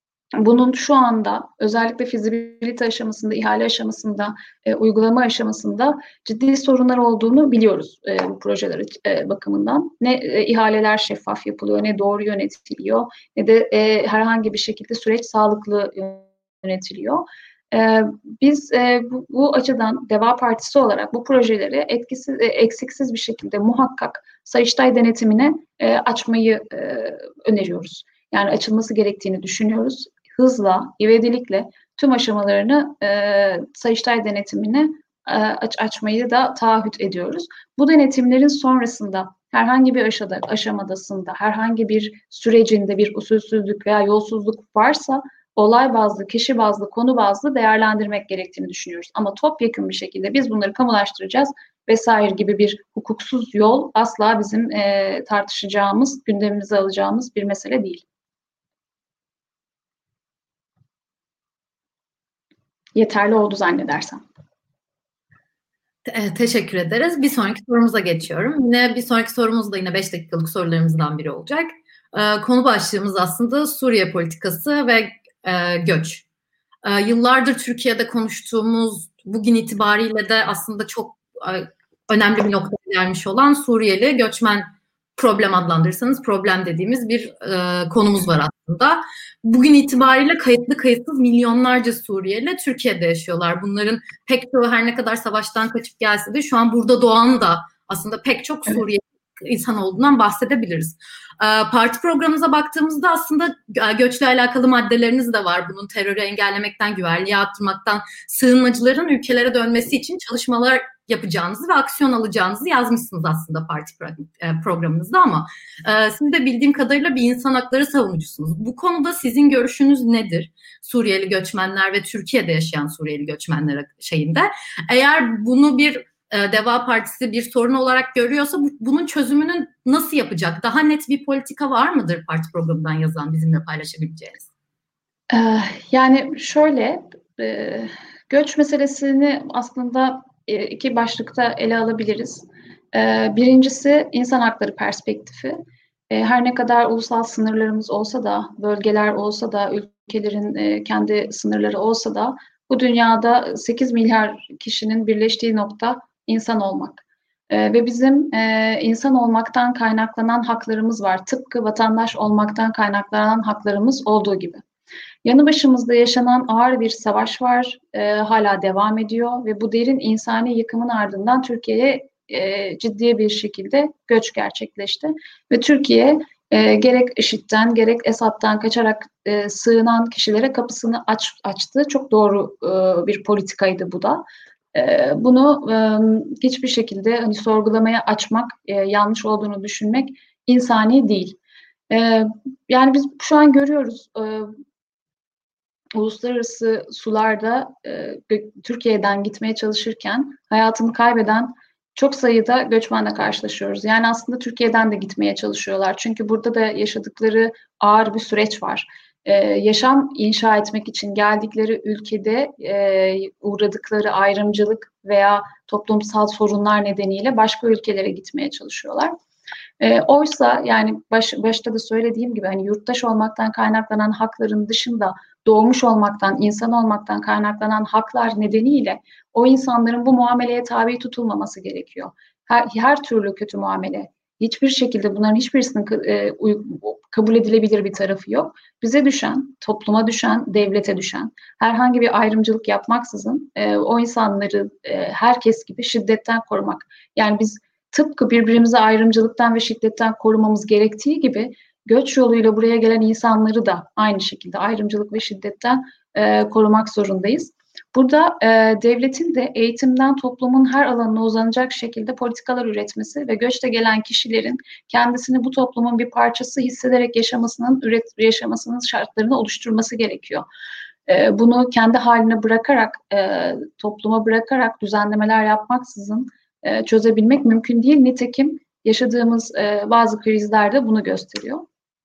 bunun şu anda özellikle fizibilite aşamasında, ihale aşamasında, e, uygulama aşamasında ciddi sorunlar olduğunu biliyoruz e, bu projeler e, bakımından. Ne e, ihaleler şeffaf yapılıyor, ne doğru yönetiliyor, ne de e, herhangi bir şekilde süreç sağlıklı yönetiliyor. Ee, biz e, bu, bu açıdan Deva Partisi olarak bu projeleri etkisiz, e, eksiksiz bir şekilde muhakkak Sayıştay denetimine e, açmayı e, öneriyoruz. Yani açılması gerektiğini düşünüyoruz. Hızla, ivedilikle tüm aşamalarını e, Sayıştay denetimine e, aç, açmayı da taahhüt ediyoruz. Bu denetimlerin sonrasında herhangi bir aşamada, aşamadasında, herhangi bir sürecinde bir usulsüzlük veya yolsuzluk varsa olay bazlı, kişi bazlı, konu bazlı değerlendirmek gerektiğini düşünüyoruz. Ama topyekun bir şekilde biz bunları kamulaştıracağız vesaire gibi bir hukuksuz yol asla bizim e, tartışacağımız, gündemimize alacağımız bir mesele değil. Yeterli oldu zannedersem. Te- teşekkür ederiz. Bir sonraki sorumuza geçiyorum. Yine bir sonraki sorumuz da yine beş dakikalık sorularımızdan biri olacak. Ee, konu başlığımız aslında Suriye politikası ve e, göç. E, yıllardır Türkiye'de konuştuğumuz, bugün itibariyle de aslında çok e, önemli bir noktaya gelmiş olan Suriyeli göçmen problem adlandırırsanız problem dediğimiz bir e, konumuz var aslında. Bugün itibariyle kayıtlı kayıtsız milyonlarca Suriyeli Türkiye'de yaşıyorlar. Bunların pek çoğu her ne kadar savaştan kaçıp gelse de şu an burada doğan da aslında pek çok Suriyeli insan olduğundan bahsedebiliriz. Parti programımıza baktığımızda aslında göçle alakalı maddeleriniz de var. Bunun terörü engellemekten, güvenliği arttırmaktan, sığınmacıların ülkelere dönmesi için çalışmalar yapacağınızı ve aksiyon alacağınızı yazmışsınız aslında parti programınızda, ama siz de bildiğim kadarıyla bir insan hakları savunucusunuz. Bu konuda sizin görüşünüz nedir? Suriyeli göçmenler ve Türkiye'de yaşayan Suriyeli göçmenler şeyinde. Eğer bunu bir Deva Partisi bir sorun olarak görüyorsa bu, bunun çözümünü nasıl yapacak? Daha net bir politika var mıdır parti programından yazan bizimle paylaşabileceğiniz? Yani şöyle, göç meselesini aslında iki başlıkta ele alabiliriz. Birincisi insan hakları perspektifi. Her ne kadar ulusal sınırlarımız olsa da, bölgeler olsa da, ülkelerin kendi sınırları olsa da bu dünyada sekiz milyar kişinin birleştiği nokta insan olmak. Ee, ve bizim e, insan olmaktan kaynaklanan haklarımız var. Tıpkı vatandaş olmaktan kaynaklanan haklarımız olduğu gibi. Yanı başımızda yaşanan ağır bir savaş var, e, hala devam ediyor ve bu derin insani yıkımın ardından Türkiye'ye e, ciddi bir şekilde göç gerçekleşti. Ve Türkiye e, gerek IŞİD'den gerek Esad'dan kaçarak e, sığınan kişilere kapısını aç, açtı. Çok doğru e, bir politikaydı bu da. Bunu hiçbir şekilde hani sorgulamaya açmak, yanlış olduğunu düşünmek insani değil. Yani biz şu an görüyoruz, uluslararası sularda Türkiye'den gitmeye çalışırken hayatını kaybeden çok sayıda göçmenle karşılaşıyoruz. Yani aslında Türkiye'den de gitmeye çalışıyorlar. Çünkü burada da yaşadıkları ağır bir süreç var. Ee, yaşam inşa etmek için geldikleri ülkede e, uğradıkları ayrımcılık veya toplumsal sorunlar nedeniyle başka ülkelere gitmeye çalışıyorlar. E, oysa yani baş, başta da söylediğim gibi hani yurttaş olmaktan kaynaklanan hakların dışında doğmuş olmaktan, insan olmaktan kaynaklanan haklar nedeniyle o insanların bu muameleye tabi tutulmaması gerekiyor. Her, her türlü kötü muamele, hiçbir şekilde bunların hiçbirisinin e, kabul edilebilir bir tarafı yok. Bize düşen, topluma düşen, devlete düşen, herhangi bir ayrımcılık yapmaksızın e, o insanları e, herkes gibi şiddetten korumak. Yani biz tıpkı birbirimizi ayrımcılıktan ve şiddetten korumamız gerektiği gibi göç yoluyla buraya gelen insanları da aynı şekilde ayrımcılık ve şiddetten e, korumak zorundayız. Burada e, devletin de eğitimden toplumun her alanına uzanacak şekilde politikalar üretmesi ve göçte gelen kişilerin kendisini bu toplumun bir parçası hissederek yaşamasının üret yaşamasının şartlarını oluşturması gerekiyor. E, bunu kendi haline bırakarak, e, topluma bırakarak düzenlemeler yapmaksızın e, çözebilmek mümkün değil. Nitekim yaşadığımız e, bazı krizlerde bunu gösteriyor.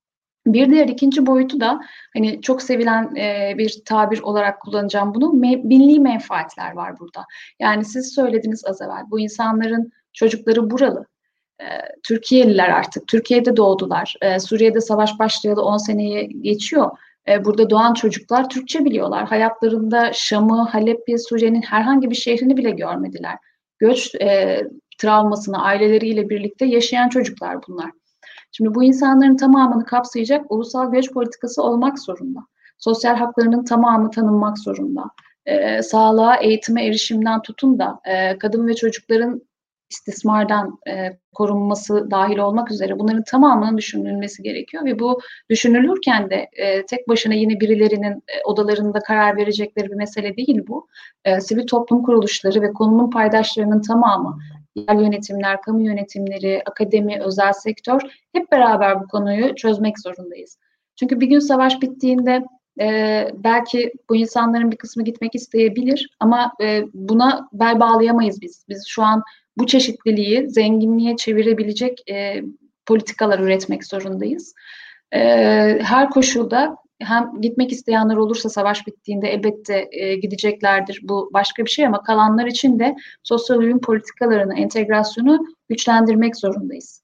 Bir diğer ikinci boyutu da hani çok sevilen e, bir tabir olarak kullanacağım bunu. Me, milli menfaatler var burada. Yani siz söylediniz az evvel. Bu insanların çocukları buralı. E, Türkiye'liler artık. Türkiye'de doğdular. E, Suriye'de savaş başlayalı on seneyi geçiyor. E, burada doğan çocuklar Türkçe biliyorlar. Hayatlarında Şam'ı, Halep'i, Suriye'nin herhangi bir şehrini bile görmediler. Göç e, travmasını aileleriyle birlikte yaşayan çocuklar bunlar. Şimdi bu insanların tamamını kapsayacak ulusal göç politikası olmak zorunda. Sosyal haklarının tamamı tanınmak zorunda. E, sağlığa, eğitime erişimden tutun da e, kadın ve çocukların istismardan e, korunması dahil olmak üzere bunların tamamının düşünülmesi gerekiyor ve bu düşünülürken de e, tek başına yine birilerinin e, odalarında karar verecekleri bir mesele değil bu. E, sivil toplum kuruluşları ve konunun paydaşlarının tamamı, yerel yönetimler, kamu yönetimleri, akademi, özel sektör hep beraber bu konuyu çözmek zorundayız. Çünkü bir gün savaş bittiğinde e, belki bu insanların bir kısmı gitmek isteyebilir ama e, buna bel bağlayamayız biz. Biz şu an bu çeşitliliği zenginliğe çevirebilecek e, politikalar üretmek zorundayız. E, her koşulda hem gitmek isteyenler olursa savaş bittiğinde elbette e, gideceklerdir. Bu başka bir şey ama kalanlar için de sosyal uyum politikalarını, entegrasyonu güçlendirmek zorundayız.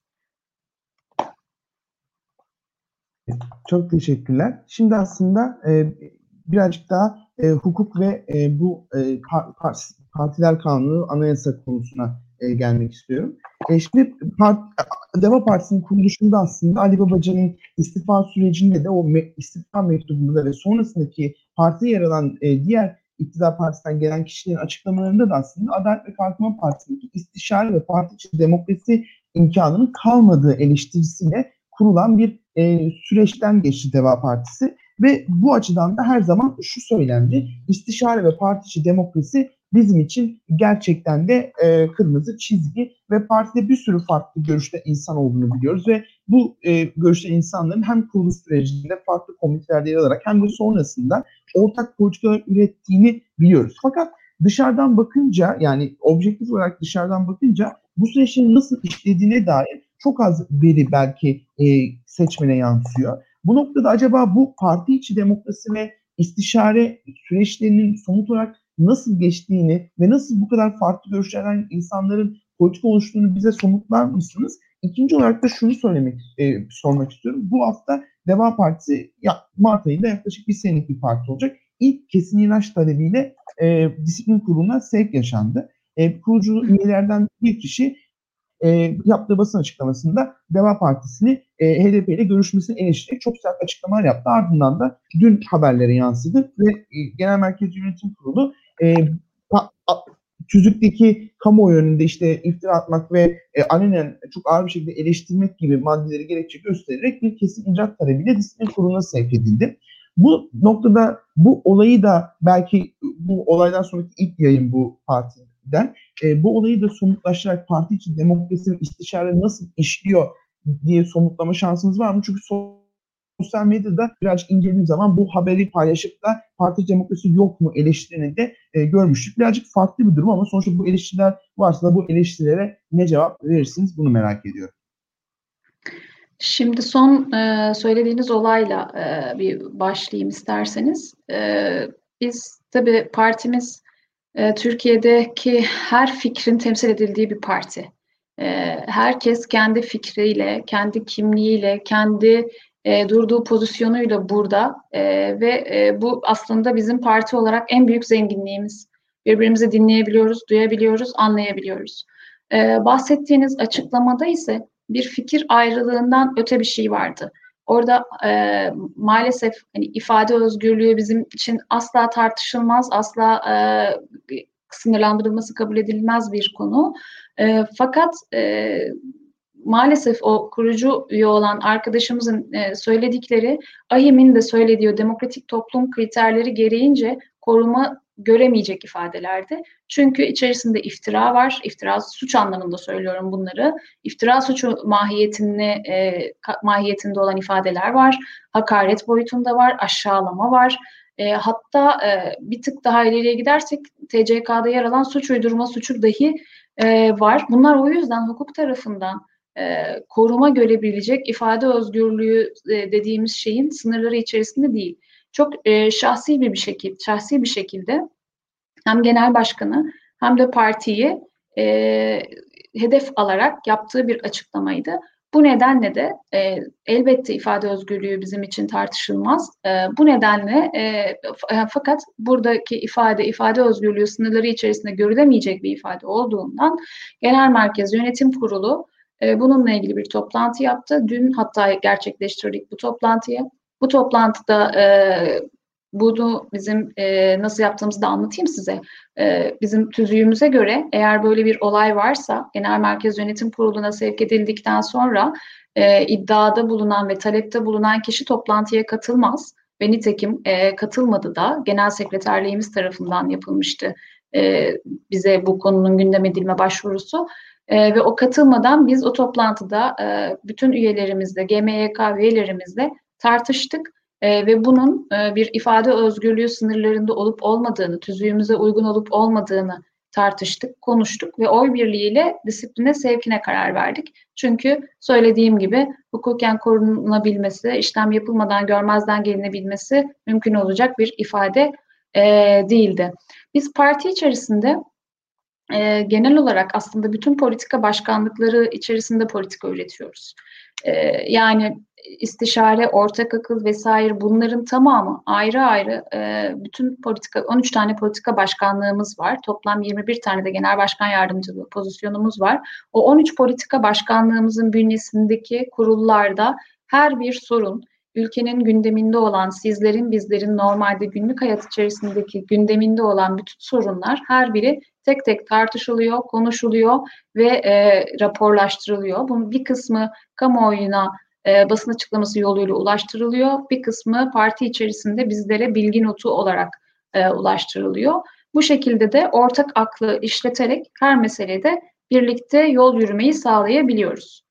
Çok teşekkürler. Şimdi aslında e, birazcık daha e, hukuk ve e, bu e, par, par, partiler kanunu, anayasa konusuna e, gelmek istiyorum. E, şimdi part, Deva Partisi'nin kuruluşunda aslında Ali Babacan'ın istifa sürecinde de o me, istifa mektubunda ve sonrasındaki partide yer alan e, diğer iktidar partisinden gelen kişilerin açıklamalarında da aslında Adalet ve Kalkınma Partisi'ndeki istişare ve parti içi demokrasi imkanının kalmadığı eleştirisiyle kurulan bir e, süreçten geçti Deva Partisi ve bu açıdan da her zaman şu söylendi: istişare ve parti içi demokrasi bizim için gerçekten de e, kırmızı çizgi ve partide bir sürü farklı görüşte insan olduğunu biliyoruz ve bu e, görüşte insanların hem kuruluş sürecinde farklı komitelerde yer alarak hem de sonrasında ortak politikalar ürettiğini biliyoruz. Fakat dışarıdan bakınca, yani objektif olarak dışarıdan bakınca bu süreçlerin nasıl işlediğine dair çok az veri belki e, seçmene yansıyor. Bu noktada acaba bu parti içi demokrasi ve istişare süreçlerinin somut olarak nasıl geçtiğini ve nasıl bu kadar farklı görüşlerden insanların politika oluştuğunu bize somutlar mısınız? İkinci olarak da şunu söylemek, e, sormak istiyorum. Bu hafta Deva Partisi ya, Mart ayında yaklaşık bir senelik bir parti olacak. İlk kesin inanç talebiyle e, disiplin kuruluna sevk yaşandı. E, kurucu üyelerden bir kişi E, yaptığı basın açıklamasında Deva Partisi'ni e, H D P ile görüşmesini eleştirerek çok sert açıklamalar yaptı. Ardından da dün haberlere yansıdı ve e, Genel Merkez Yönetim Kurulu e, a, a, tüzükteki kamuoyu önünde işte iftira atmak ve e, alenen çok ağır bir şekilde eleştirmek gibi maddeleri gerekçe göstererek bir kesin icraat talebiyle disiplin kuruluna sevk edildi. Bu noktada bu olayı da belki bu olaydan sonraki ilk yayın bu partiden e, bu olayı da somutlaştırarak parti için demokrasi ve istişare nasıl işliyor diye somutlama şansınız var mı? Çünkü sosyal medyada birazcık incelediğim zaman bu haberi paylaşıp da parti demokrasi yok mu eleştirini de e, görmüştük. Birazcık farklı bir durum ama sonuçta bu eleştiriler varsa da bu eleştirilere ne cevap verirsiniz bunu merak ediyorum. Şimdi son e, söylediğiniz olayla e, bir başlayayım isterseniz. E, biz tabii partimiz e, Türkiye'deki her fikrin temsil edildiği bir parti. E, herkes kendi fikriyle, kendi kimliğiyle, kendi e, durduğu pozisyonuyla burada e, ve e, bu aslında bizim parti olarak en büyük zenginliğimiz. Birbirimizi dinleyebiliyoruz, duyabiliyoruz, anlayabiliyoruz. E, bahsettiğiniz açıklamada ise bir fikir ayrılığından öte bir şey vardı. Orada e, maalesef hani ifade özgürlüğü bizim için asla tartışılmaz, asla e, sınırlandırılması kabul edilmez bir konu. E, fakat e, maalesef o kurucu üye olan arkadaşımızın e, söyledikleri, AİHM'in de söylediği demokratik toplum kriterleri gereğince koruma göremeyecek ifadelerdi. Çünkü içerisinde iftira var, iftira suç anlamında söylüyorum bunları. İftira suçu mahiyetinde, e, mahiyetinde olan ifadeler var, hakaret boyutunda var, aşağılama var. E, hatta e, bir tık daha ileriye gidersek T C K'da yer alan suç uydurma suçu dahi e, var. Bunlar o yüzden hukuk tarafından e, koruma görebilecek ifade özgürlüğü e, dediğimiz şeyin sınırları içerisinde değil. Çok e, şahsi bir, bir şekilde, şahsi bir şekilde hem genel başkanı hem de partiyi e, hedef alarak yaptığı bir açıklamaydı. Bu nedenle de e, elbette ifade özgürlüğü bizim için tartışılmaz. E, bu nedenle e, fakat buradaki ifade, ifade özgürlüğü sınırları içerisinde görülemeyecek bir ifade olduğundan Genel Merkez Yönetim Kurulu e, bununla ilgili bir toplantı yaptı. Dün hatta gerçekleştirdik bu toplantıyı. Bu toplantıda e, bunu bizim e, nasıl yaptığımızı da anlatayım size. E, bizim tüzüğümüze göre eğer böyle bir olay varsa Genel Merkez Yönetim Kurulu'na sevk edildikten sonra e, iddiada bulunan ve talepte bulunan kişi toplantıya katılmaz. Ve nitekim e, katılmadı da Genel Sekreterliğimiz tarafından yapılmıştı e, bize bu konunun gündem edilme başvurusu. E, ve o katılmadan biz o toplantıda e, bütün üyelerimizle, G M Y K üyelerimizle tartıştık. Ee, ve bunun e, bir ifade özgürlüğü sınırlarında olup olmadığını, tüzüğümüze uygun olup olmadığını tartıştık, konuştuk ve oy birliğiyle disipline sevkine karar verdik. Çünkü söylediğim gibi hukuken korunabilmesi, işlem yapılmadan görmezden gelinebilmesi mümkün olacak bir ifade e, değildi. Biz parti içerisinde e, genel olarak aslında bütün politika başkanlıkları içerisinde politika üretiyoruz. E, yani istişare, ortak akıl vesaire bunların tamamı ayrı ayrı e, bütün politika, on üç tane politika başkanlığımız var. Toplam yirmi bir tane de genel başkan yardımcılığı pozisyonumuz var. O on üç politika başkanlığımızın bünyesindeki kurullarda her bir sorun, ülkenin gündeminde olan, sizlerin, bizlerin normalde günlük hayat içerisindeki gündeminde olan bütün sorunlar her biri tek tek tartışılıyor, konuşuluyor ve e, raporlaştırılıyor. Bunun bir kısmı kamuoyuna e, basın açıklaması yoluyla ulaştırılıyor. Bir kısmı parti içerisinde bizlere bilgi notu olarak e, ulaştırılıyor. Bu şekilde de ortak aklı işleterek her meselede birlikte yol yürümeyi sağlayabiliyoruz.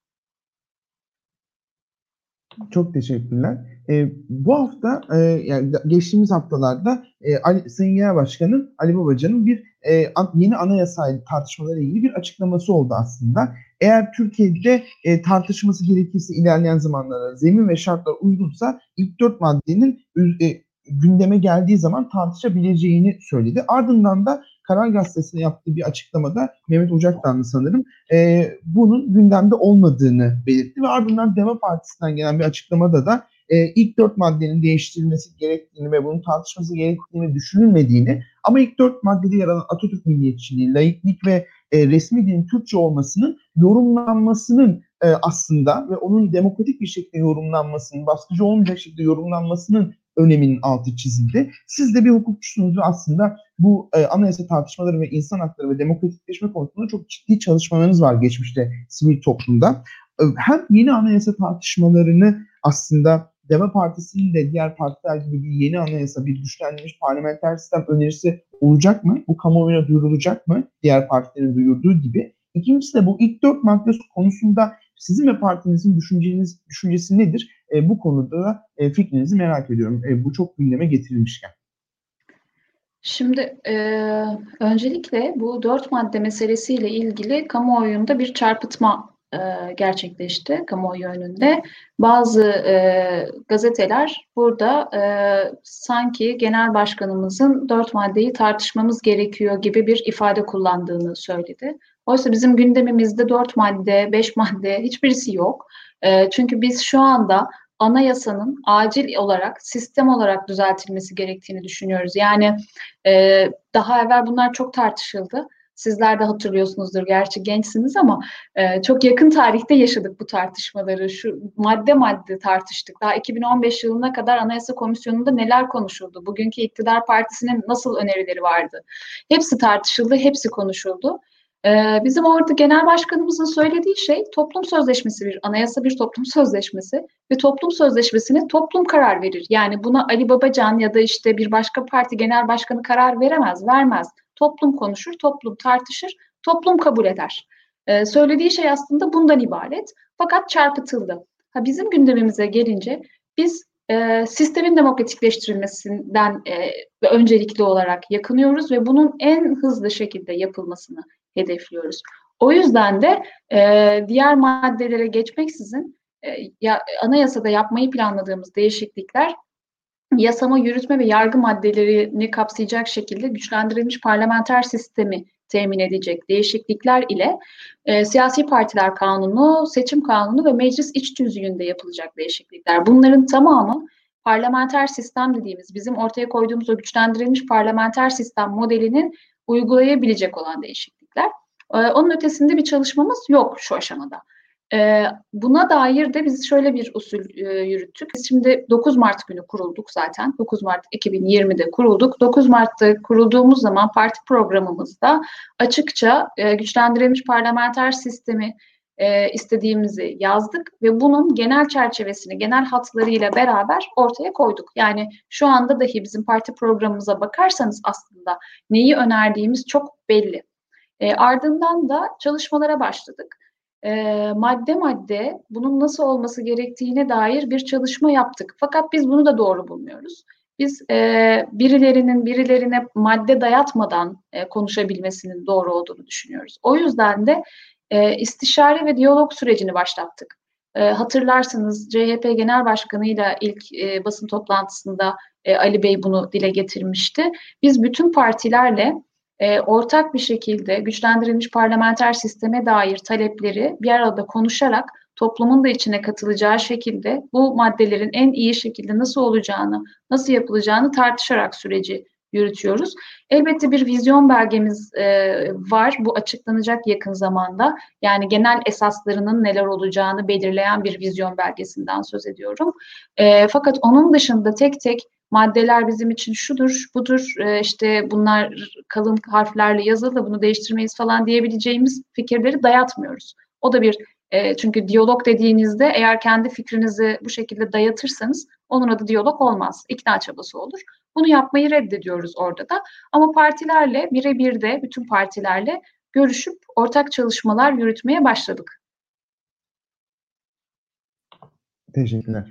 Çok teşekkürler. E, bu hafta e, yani geçtiğimiz haftalarda e, Ali, Sayın Genel Başkan'ın Ali Babacan'ın bir e, an, yeni anayasa tartışmalarıyla ilgili bir açıklaması oldu aslında. Eğer Türkiye'de e, tartışması gerekirse ilerleyen zamanlarda zemin ve şartlar uygunsa ilk dört maddenin e, gündeme geldiği zaman tartışabileceğini söyledi. Ardından da Karar Gazetesi'ne yaptığı bir açıklamada Mehmet Ocaktanlı sanırım e, bunun gündemde olmadığını belirtti ve ardından Deva Partisi'nden gelen bir açıklamada da e, ilk dört maddenin değiştirilmesi gerektiğini ve bunun tartışması gerektiğini düşünülmediğini ama ilk dört maddede yer alan Atatürk milliyetçiliği, laiklik ve e, resmi dilin Türkçe olmasının yorumlanmasının e, aslında ve onun demokratik bir şekilde yorumlanmasının, baskıcı olmayacak şekilde yorumlanmasının öneminin altı çizildi. Siz de bir hukukçusunuz ve aslında bu e, anayasa tartışmaları ve insan hakları ve demokratikleşme konusunda çok ciddi çalışmalarınız var geçmişte sivil toplumda. E, hem yeni anayasa tartışmalarını aslında Deva Partisi'nin de diğer partiler gibi bir yeni anayasa, bir güçlendirilmiş parlamenter sistem önerisi olacak mı? Bu kamuoyuna duyurulacak mı? Diğer partilerin duyurduğu gibi. İkincisi de bu ilk dört madde konusunda sizin ve partinizin düşünceniz, düşüncesi nedir? E, bu konuda da e, fikrinizi merak ediyorum. E, bu çok gündeme getirilmişken. Şimdi e, öncelikle bu dört madde meselesiyle ilgili kamuoyunda bir çarpıtma e, gerçekleşti kamuoyu önünde. Bazı e, gazeteler burada e, sanki genel başkanımızın dört maddeyi tartışmamız gerekiyor gibi bir ifade kullandığını söyledi. Oysa bizim gündemimizde dört madde, beş madde hiçbirisi yok. E, çünkü biz şu anda anayasanın acil olarak, sistem olarak düzeltilmesi gerektiğini düşünüyoruz. Yani e, daha evvel bunlar çok tartışıldı. Sizler de hatırlıyorsunuzdur, gerçi gençsiniz ama e, çok yakın tarihte yaşadık bu tartışmaları. Şu madde madde tartıştık. Daha iki bin on beş yılına kadar Anayasa Komisyonu'nda neler konuşuldu? Bugünkü iktidar partisinin nasıl önerileri vardı? Hepsi tartışıldı, hepsi konuşuldu. Ee, bizim orada genel başkanımızın söylediği şey toplum sözleşmesi, bir anayasa bir toplum sözleşmesi ve toplum sözleşmesine toplum karar verir. Yani buna Ali Babacan ya da işte bir başka parti genel başkanı karar veremez, vermez. Toplum konuşur, toplum tartışır, toplum kabul eder. Ee, söylediği şey aslında bundan ibaret. Fakat çarpıtıldı. Ha, bizim gündemimize gelince biz e, sistemin demokratikleştirilmesinden e, öncelikli olarak yakınıyoruz ve bunun en hızlı şekilde yapılmasını hedefliyoruz. O yüzden de e, diğer maddelere geçmeksizin e, ya, anayasada yapmayı planladığımız değişiklikler yasama, yürütme ve yargı maddelerini kapsayacak şekilde güçlendirilmiş parlamenter sistemi temin edecek değişiklikler ile e, siyasi partiler kanunu, seçim kanunu ve meclis iç tüzüğünde yapılacak değişiklikler. Bunların tamamı parlamenter sistem dediğimiz, bizim ortaya koyduğumuz o güçlendirilmiş parlamenter sistem modelinin uygulayabilecek olan değişiklikler. Ee, onun ötesinde bir çalışmamız yok şu aşamada. Ee, buna dair de biz şöyle bir usul e, yürüttük. Biz şimdi dokuz Mart günü kurulduk zaten. dokuz Mart iki bin yirmide kurulduk. dokuz Mart'ta kurulduğumuz zaman parti programımızda açıkça e, güçlendirilmiş parlamenter sistemi e, istediğimizi yazdık ve bunun genel çerçevesini, genel hatlarıyla beraber ortaya koyduk. Yani şu anda dahi bizim parti programımıza bakarsanız aslında neyi önerdiğimiz çok belli. E, ardından da çalışmalara başladık. E, madde madde bunun nasıl olması gerektiğine dair bir çalışma yaptık. Fakat biz bunu da doğru bulmuyoruz. Biz e, birilerinin birilerine madde dayatmadan e, konuşabilmesinin doğru olduğunu düşünüyoruz. O yüzden de e, istişare ve diyalog sürecini başlattık. E, hatırlarsınız C H P Genel Başkanı'yla ilk e, basın toplantısında e, Ali Bey bunu dile getirmişti. Biz bütün partilerle e, ortak bir şekilde güçlendirilmiş parlamenter sisteme dair talepleri bir arada konuşarak toplumun da içine katılacağı şekilde bu maddelerin en iyi şekilde nasıl olacağını, nasıl yapılacağını tartışarak süreci yürütüyoruz. Elbette bir vizyon belgemiz e, var. Bu açıklanacak yakın zamanda. Yani genel esaslarının neler olacağını belirleyen bir vizyon belgesinden söz ediyorum. E, fakat onun dışında tek tek maddeler bizim için şudur, budur, e, işte bunlar kalın harflerle yazılı, bunu değiştirmeyiz falan diyebileceğimiz fikirleri dayatmıyoruz. O da bir e, çünkü diyalog dediğinizde eğer kendi fikrinizi bu şekilde dayatırsanız onun adı diyalog olmaz. İkna çabası olur. Bunu yapmayı reddediyoruz orada da. Ama partilerle birebir de bütün partilerle görüşüp ortak çalışmalar yürütmeye başladık. Teşekkürler.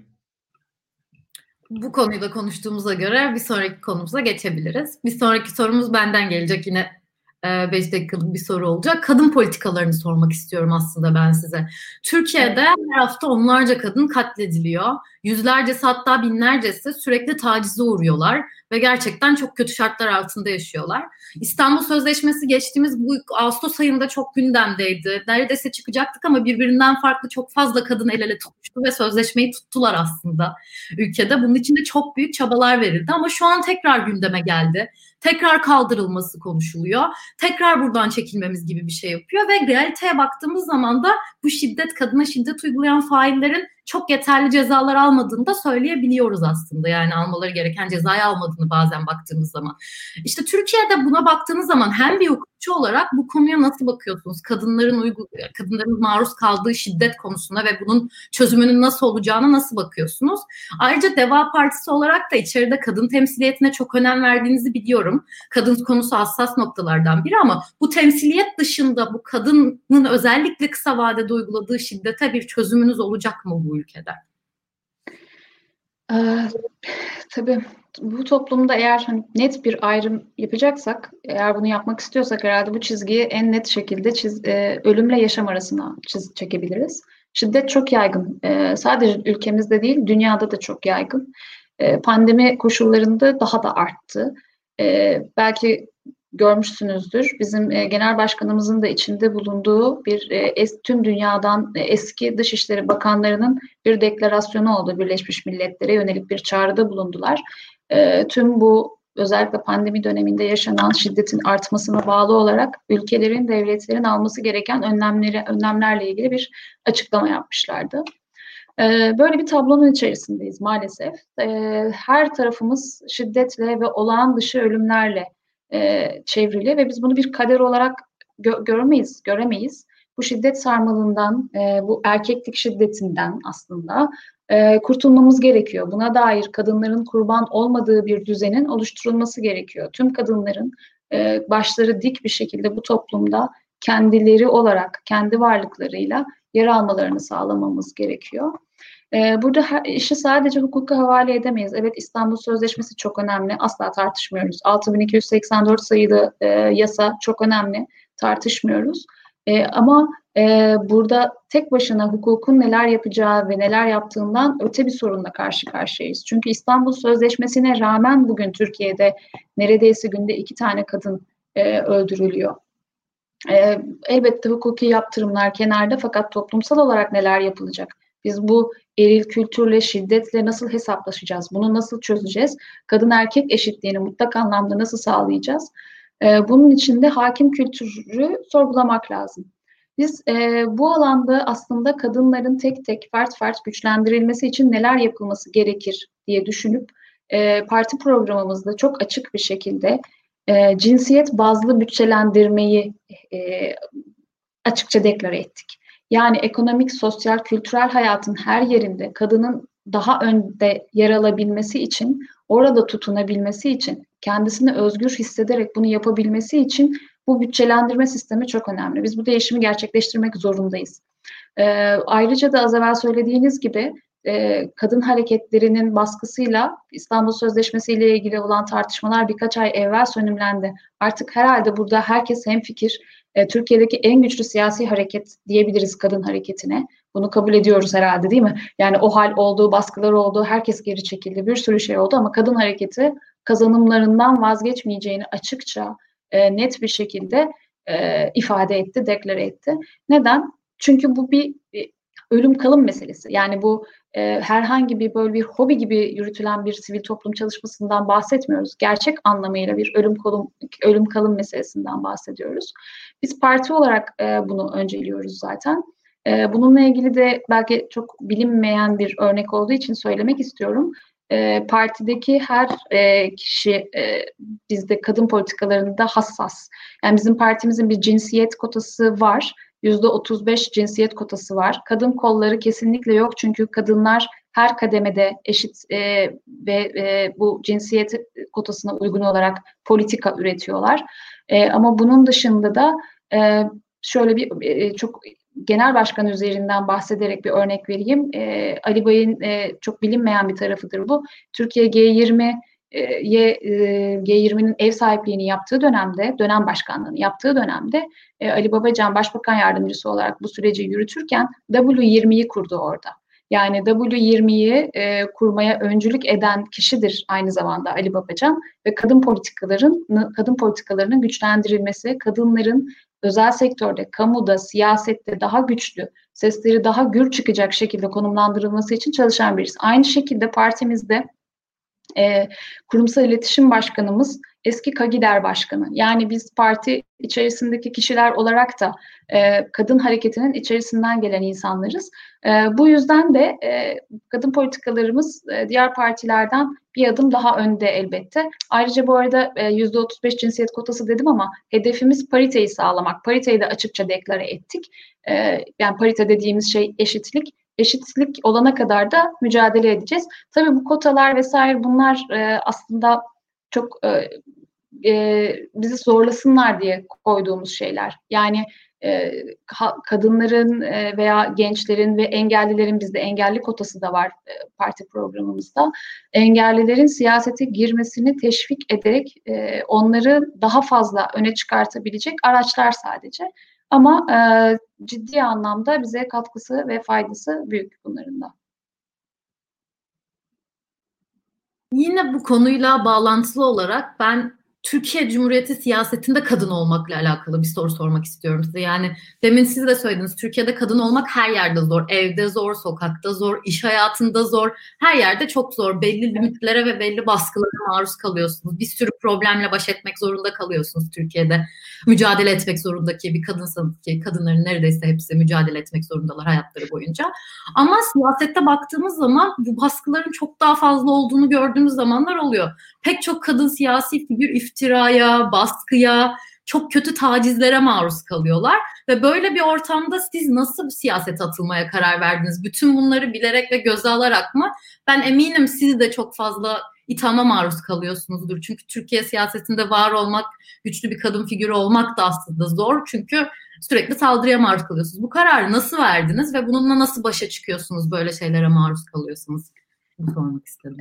Bu konuyu da konuştuğumuza göre bir sonraki konumuza geçebiliriz. Bir sonraki sorumuz benden gelecek, yine beş dakikalık bir soru olacak. Kadın politikalarını sormak istiyorum aslında ben size. Türkiye'de her hafta onlarca kadın katlediliyor. Yüzlercesi, hatta binlercesi sürekli tacize uğruyorlar ve gerçekten çok kötü şartlar altında yaşıyorlar. İstanbul Sözleşmesi geçtiğimiz bu Ağustos ayında çok gündemdeydi. Neredeyse çıkacaktık ama birbirinden farklı çok fazla kadın el ele tutuştu ve sözleşmeyi tuttular aslında ülkede. Bunun için de çok büyük çabalar verildi ama şu an tekrar gündeme geldi. Tekrar kaldırılması konuşuluyor. Tekrar buradan çekilmemiz gibi bir şey yapıyor ve realiteye baktığımız zaman da bu şiddet, kadına şiddet uygulayan faillerin çok yeterli cezalar almadığını da söyleyebiliyoruz aslında. Yani almaları gereken cezayı almadığını bazen baktığımız zaman. İşte Türkiye'de buna baktığınız zaman hem bir hukukçu olarak bu konuya nasıl bakıyorsunuz? Kadınların uygu, kadınların maruz kaldığı şiddet konusuna ve bunun çözümünün nasıl olacağına nasıl bakıyorsunuz? Ayrıca Deva Partisi olarak da içeride kadın temsiliyetine çok önem verdiğinizi biliyorum. Kadın konusu hassas noktalardan biri ama bu temsiliyet dışında bu kadının özellikle kısa vadede uyguladığı şiddete bir çözümünüz olacak mı bu ülkede? Ee, tabii bu toplumda eğer hani net bir ayrım yapacaksak, eğer bunu yapmak istiyorsak herhalde bu çizgiyi en net şekilde çiz, e, ölümle yaşam arasına çiz, çekebiliriz. Şiddet çok yaygın. E, sadece ülkemizde değil, dünyada da çok yaygın. E, pandemi koşullarında daha da arttı. E, belki görmüşsünüzdür. Bizim e, genel başkanımızın da içinde bulunduğu bir e, es, tüm dünyadan e, eski Dışişleri Bakanlarının bir deklarasyonu oldu. Birleşmiş Milletler'e yönelik bir çağrıda bulundular. E, tüm bu özellikle pandemi döneminde yaşanan şiddetin artmasına bağlı olarak ülkelerin, devletlerin alması gereken önlemleri, önlemlerle ilgili bir açıklama yapmışlardı. Böyle bir tablonun içerisindeyiz maalesef. Her tarafımız şiddetle ve olağan dışı ölümlerle çevrili ve biz bunu bir kader olarak gö- görmeyiz, göremeyiz. Bu şiddet sarmalından, bu erkeklik şiddetinden aslında kurtulmamız gerekiyor. Buna dair kadınların kurban olmadığı bir düzenin oluşturulması gerekiyor. Tüm kadınların başları dik bir şekilde bu toplumda kendileri olarak, kendi varlıklarıyla yer almalarını sağlamamız gerekiyor. Burada her, işi sadece hukuka havale edemeyiz. Evet, İstanbul Sözleşmesi çok önemli, asla tartışmıyoruz. altı bin iki yüz seksen dört sayılı e, yasa çok önemli, tartışmıyoruz. E, ama e, burada tek başına hukukun neler yapacağı ve neler yaptığından öte bir sorunla karşı karşıyayız. Çünkü İstanbul Sözleşmesi'ne rağmen bugün Türkiye'de neredeyse günde iki tane kadın e, öldürülüyor. E, elbette hukuki yaptırımlar kenarda, fakat toplumsal olarak neler yapılacak? Biz bu eril kültürle, şiddetle nasıl hesaplaşacağız? Bunu nasıl çözeceğiz? Kadın erkek eşitliğini mutlak anlamda nasıl sağlayacağız? Ee, bunun için de hakim kültürü sorgulamak lazım. Biz e, bu alanda aslında kadınların tek tek, fert fert güçlendirilmesi için neler yapılması gerekir diye düşünüp e, parti programımızda çok açık bir şekilde e, cinsiyet bazlı bütçelendirmeyi e, açıkça deklare ettik. Yani ekonomik, sosyal, kültürel hayatın her yerinde kadının daha önde yer alabilmesi için, orada tutunabilmesi için, kendisini özgür hissederek bunu yapabilmesi için bu bütçelendirme sistemi çok önemli. Biz bu değişimi gerçekleştirmek zorundayız. Ee, ayrıca da az evvel söylediğiniz gibi e, kadın hareketlerinin baskısıyla İstanbul Sözleşmesi ile ilgili olan tartışmalar birkaç ay evvel sönümlendi. Artık herhalde burada herkes hemfikir. E, Türkiye'deki en güçlü siyasi hareket diyebiliriz kadın hareketine. Bunu kabul ediyoruz herhalde, değil mi? Yani o hal oldu, baskılar oldu, herkes geri çekildi, bir sürü şey oldu ama kadın hareketi kazanımlarından vazgeçmeyeceğini açıkça, e, net bir şekilde e, ifade etti, deklare etti. Neden? Çünkü bu bir e, ölüm kalım meselesi. Yani bu e, herhangi bir böyle bir hobi gibi yürütülen bir sivil toplum çalışmasından bahsetmiyoruz. Gerçek anlamıyla bir ölüm kalım, ölüm kalım meselesinden bahsediyoruz. Biz parti olarak e, bunu önceliyoruz zaten. E, bununla ilgili de belki çok bilinmeyen bir örnek olduğu için söylemek istiyorum. E, partideki her e, kişi e, bizde kadın politikalarında hassas. Yani bizim partimizin bir cinsiyet kotası var. yüzde otuz beş cinsiyet kotası var. Kadın kolları kesinlikle yok, çünkü kadınlar her kademede eşit e, ve e, bu cinsiyet kotasına uygun olarak politika üretiyorlar. E, ama bunun dışında da e, şöyle bir e, çok genel başkan üzerinden bahsederek bir örnek vereyim. E, Ali Bay'ın e, çok bilinmeyen bir tarafıdır bu. Türkiye G yirmi G yirminin ev sahipliğini yaptığı dönemde, dönem başkanlığını yaptığı dönemde Ali Babacan Başbakan Yardımcısı olarak bu süreci yürütürken W yirmiyi kurdu orada. Yani W yirmiyi e, kurmaya öncülük eden kişidir aynı zamanda Ali Babacan ve kadın politikaların kadın politikalarının güçlendirilmesi, kadınların özel sektörde, kamuda, siyasette daha güçlü, sesleri daha gür çıkacak şekilde konumlandırılması için çalışan birisi. Aynı şekilde partimizde E, kurumsal iletişim başkanımız eski KAGİDER başkanı. Yani biz parti içerisindeki kişiler olarak da e, kadın hareketinin içerisinden gelen insanlarız. E, bu yüzden de e, kadın politikalarımız e, diğer partilerden bir adım daha önde elbette. Ayrıca bu arada e, yüzde otuz beş cinsiyet kotası dedim ama hedefimiz pariteyi sağlamak. Pariteyi de açıkça deklare ettik. E, yani parite dediğimiz şey eşitlik. Eşitlik olana kadar da mücadele edeceğiz. Tabii bu kotalar vesaire bunlar e, aslında çok e, e, bizi zorlasınlar diye koyduğumuz şeyler. Yani e, ha, kadınların e, veya gençlerin ve engellilerin, bizde engelli kotası da var e, parti programımızda. Engellilerin siyasete girmesini teşvik ederek e, onları daha fazla öne çıkartabilecek araçlar sadece. Ama e, ciddi anlamda bize katkısı ve faydası büyük bunların da. Yine bu konuyla bağlantılı olarak ben Türkiye Cumhuriyeti siyasetinde kadın olmakla alakalı bir soru sormak istiyorum size. Yani demin siz de söylediniz, Türkiye'de kadın olmak her yerde zor. Evde zor, sokakta zor, iş hayatında zor. Her yerde çok zor. Belli limitlere ve belli baskılara maruz kalıyorsunuz. Bir sürü problemle baş etmek zorunda kalıyorsunuz Türkiye'de. Mücadele etmek zorundaki bir kadınsanız ki kadınların neredeyse hepsi mücadele etmek zorundalar hayatları boyunca. Ama siyasette baktığımız zaman bu baskıların çok daha fazla olduğunu gördüğümüz zamanlar oluyor. Pek çok kadın siyasi figür iftiraya, baskıya, çok kötü tacizlere maruz kalıyorlar. Ve böyle bir ortamda siz nasıl bir siyasete atılmaya karar verdiniz? Bütün bunları bilerek ve göze alarak mı? Ben eminim siz de çok fazla ithama maruz kalıyorsunuzdur. Çünkü Türkiye siyasetinde var olmak, güçlü bir kadın figürü olmak da aslında zor. Çünkü sürekli saldırıya maruz kalıyorsunuz. Bu kararı nasıl verdiniz ve bununla nasıl başa çıkıyorsunuz, böyle şeylere maruz kalıyorsunuz? Bunu sormak istedim.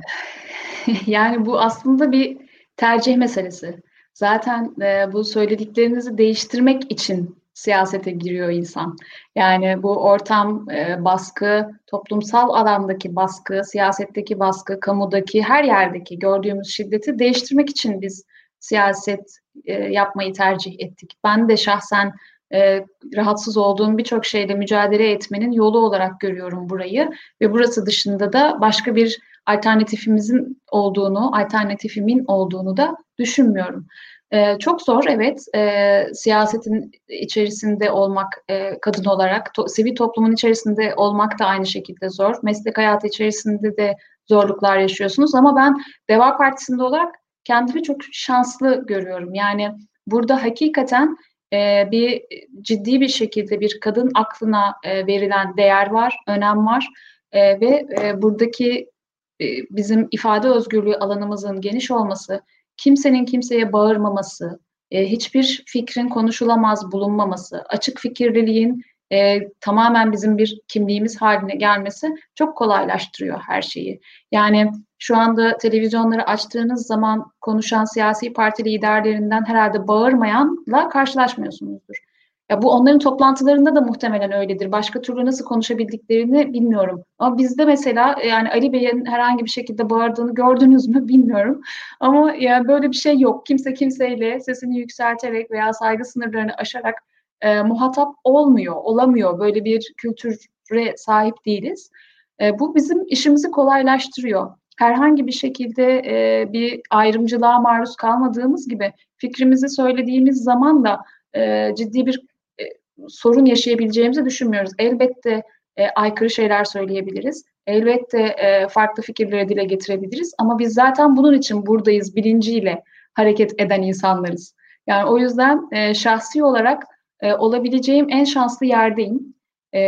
Yani bu aslında bir tercih meselesi. Zaten e, bu söylediklerinizi değiştirmek için siyasete giriyor insan. Yani bu ortam, e, baskı, toplumsal alandaki baskı, siyasetteki baskı, kamudaki, her yerdeki gördüğümüz şiddeti değiştirmek için biz siyaset e, yapmayı tercih ettik. Ben de şahsen e, rahatsız olduğum birçok şeyle mücadele etmenin yolu olarak görüyorum burayı ve burası dışında da başka bir alternatifimizin olduğunu, alternatifimin olduğunu da düşünmüyorum. Ee, çok zor, evet. Ee, siyasetin içerisinde olmak, e, kadın olarak, to, sivil toplumun içerisinde olmak da aynı şekilde zor. Meslek hayatı içerisinde de zorluklar yaşıyorsunuz ama ben Deva Partisi'nde olarak kendimi çok şanslı görüyorum. Yani burada hakikaten e, bir ciddi bir şekilde bir kadın aklına e, verilen değer var, önem var e, ve e, buradaki bizim ifade özgürlüğü alanımızın geniş olması, kimsenin kimseye bağırmaması, e, hiçbir fikrin konuşulamaz bulunmaması, açık fikirliliğin e, tamamen bizim bir kimliğimiz haline gelmesi çok kolaylaştırıyor her şeyi. Yani şu anda televizyonları açtığınız zaman konuşan siyasi parti liderlerinden herhalde bağırmayanla karşılaşmıyorsunuzdur. Ya bu onların toplantılarında da muhtemelen öyledir. Başka türlü nasıl konuşabildiklerini bilmiyorum. Ama bizde mesela yani Ali Bey'in herhangi bir şekilde bağırdığını gördünüz mü bilmiyorum. Ama yani böyle bir şey yok. Kimse kimseyle sesini yükselterek veya saygı sınırlarını aşarak e, muhatap olmuyor, olamıyor. Böyle bir kültüre sahip değiliz. E, bu bizim işimizi kolaylaştırıyor. Herhangi bir şekilde e, bir ayrımcılığa maruz kalmadığımız gibi fikrimizi söylediğimiz zaman da e, ciddi bir e, sorun yaşayabileceğimizi düşünmüyoruz. Elbette e, aykırı şeyler söyleyebiliriz. Elbette e, farklı fikirleri dile getirebiliriz. Ama biz zaten bunun için buradayız bilinciyle hareket eden insanlarız. Yani o yüzden e, şahsi olarak e, olabileceğim en şanslı yerdeyim. E,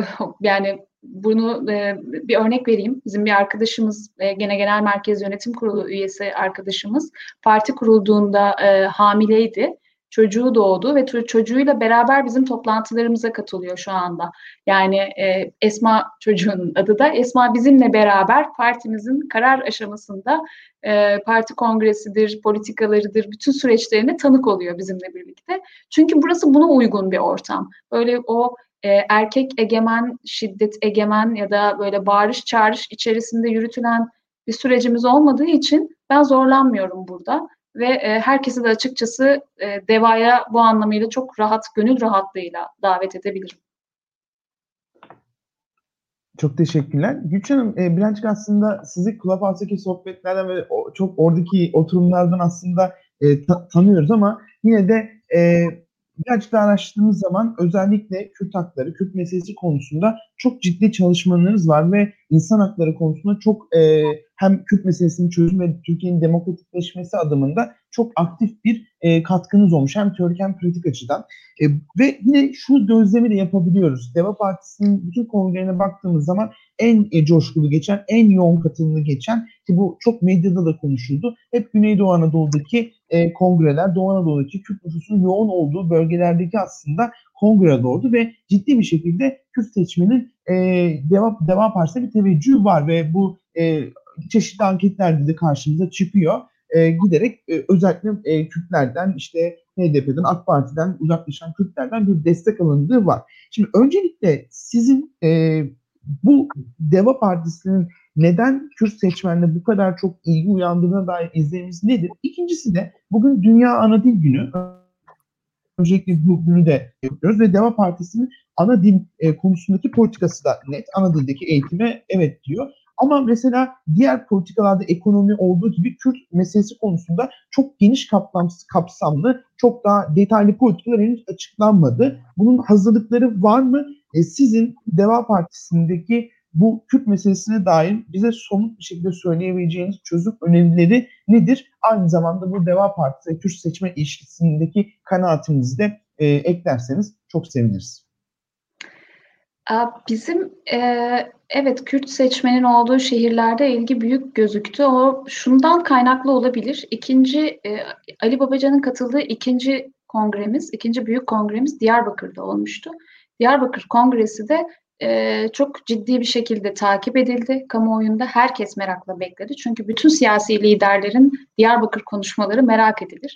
yani bunu e, bir örnek vereyim. Bizim bir arkadaşımız, e, gene Genel Merkez Yönetim Kurulu üyesi arkadaşımız parti kurulduğunda e, hamileydi. Çocuğu doğdu ve çocuğuyla beraber bizim toplantılarımıza katılıyor şu anda. Yani e, Esma çocuğunun adı da. Esma bizimle beraber partimizin karar aşamasında e, parti kongresidir, politikalarıdır, bütün süreçlerine tanık oluyor bizimle birlikte. Çünkü burası buna uygun bir ortam. Böyle o e, erkek egemen, şiddet egemen ya da böyle bağırış çağırış içerisinde yürütülen bir sürecimiz olmadığı için ben zorlanmıyorum burada. Ve e, herkesi de açıkçası e, Deva'ya bu anlamıyla çok rahat, gönül rahatlığıyla davet edebilirim. Çok teşekkürler. Gülçin Hanım, e, birazcık aslında sizi Clubhouse'daki sohbetlerden ve o, çok oradaki oturumlardan aslında e, ta, tanıyoruz ama yine de e, birazcık daha araştırdığımız zaman özellikle Kürt hakları, Kürt meselesi konusunda çok ciddi çalışmalarınız var ve insan hakları konusunda çok e, hem Kürt meselesinin çözümü ve Türkiye'nin demokratikleşmesi adımında çok aktif bir e, katkınız olmuş. Hem teorik hem pratik açıdan. E, ve yine şu gözlemi de yapabiliyoruz. Deva Partisi'nin bütün kongrelerine baktığımız zaman en e, coşkulu geçen, en yoğun katılımlı geçen, ki bu çok medyada da konuşuldu. Hep Güneydoğu Anadolu'daki e, kongreler, Doğu Anadolu'daki Kürt nüfusun yoğun olduğu bölgelerdeki aslında kongre oldu ve ciddi bir şekilde Kürt seçmenin e, Deva, Deva Partisi'ne bir teveccühü var ve bu e, çeşitli anketlerde de karşımıza çıkıyor. E, giderek e, özellikle e, Kürtlerden, işte H D P'den, AK Parti'den uzaklaşan Kürtlerden bir destek alındığı var. Şimdi öncelikle sizin e, bu Deva Partisi'nin neden Kürt seçmenle bu kadar çok ilgi uyandığına dair izlenimiz nedir? İkincisi de bugün Dünya Ana Dil Günü. Öncelikle bu günü de yapıyoruz ve Deva Partisi'nin ana dil e, konusundaki politikası da net. Ana dildeki eğitime evet diyor. Ama mesela diğer politikalarda ekonomi olduğu gibi Kürt meselesi konusunda çok geniş kapsamlı, kapsamlı çok daha detaylı politikalar henüz açıklanmadı. Bunun hazırlıkları var mı? E, sizin Deva Partisi'ndeki bu Kürt meselesine dair bize somut bir şekilde söyleyebileceğiniz çözüm önerileri nedir? Aynı zamanda bu Deva Partisi ve Kürt seçmen ilişkisindeki kanaatinizi de e, eklerseniz çok seviniriz. Bizim e, evet Kürt seçmenin olduğu şehirlerde ilgi büyük gözüktü. O şundan kaynaklı olabilir. İkinci e, Ali Babacan'ın katıldığı ikinci kongremiz, ikinci büyük kongremiz Diyarbakır'da olmuştu. Diyarbakır Kongresi de e, çok ciddi bir şekilde takip edildi kamuoyunda. Herkes merakla bekledi. Çünkü bütün siyasi liderlerin Diyarbakır konuşmaları merak edilir.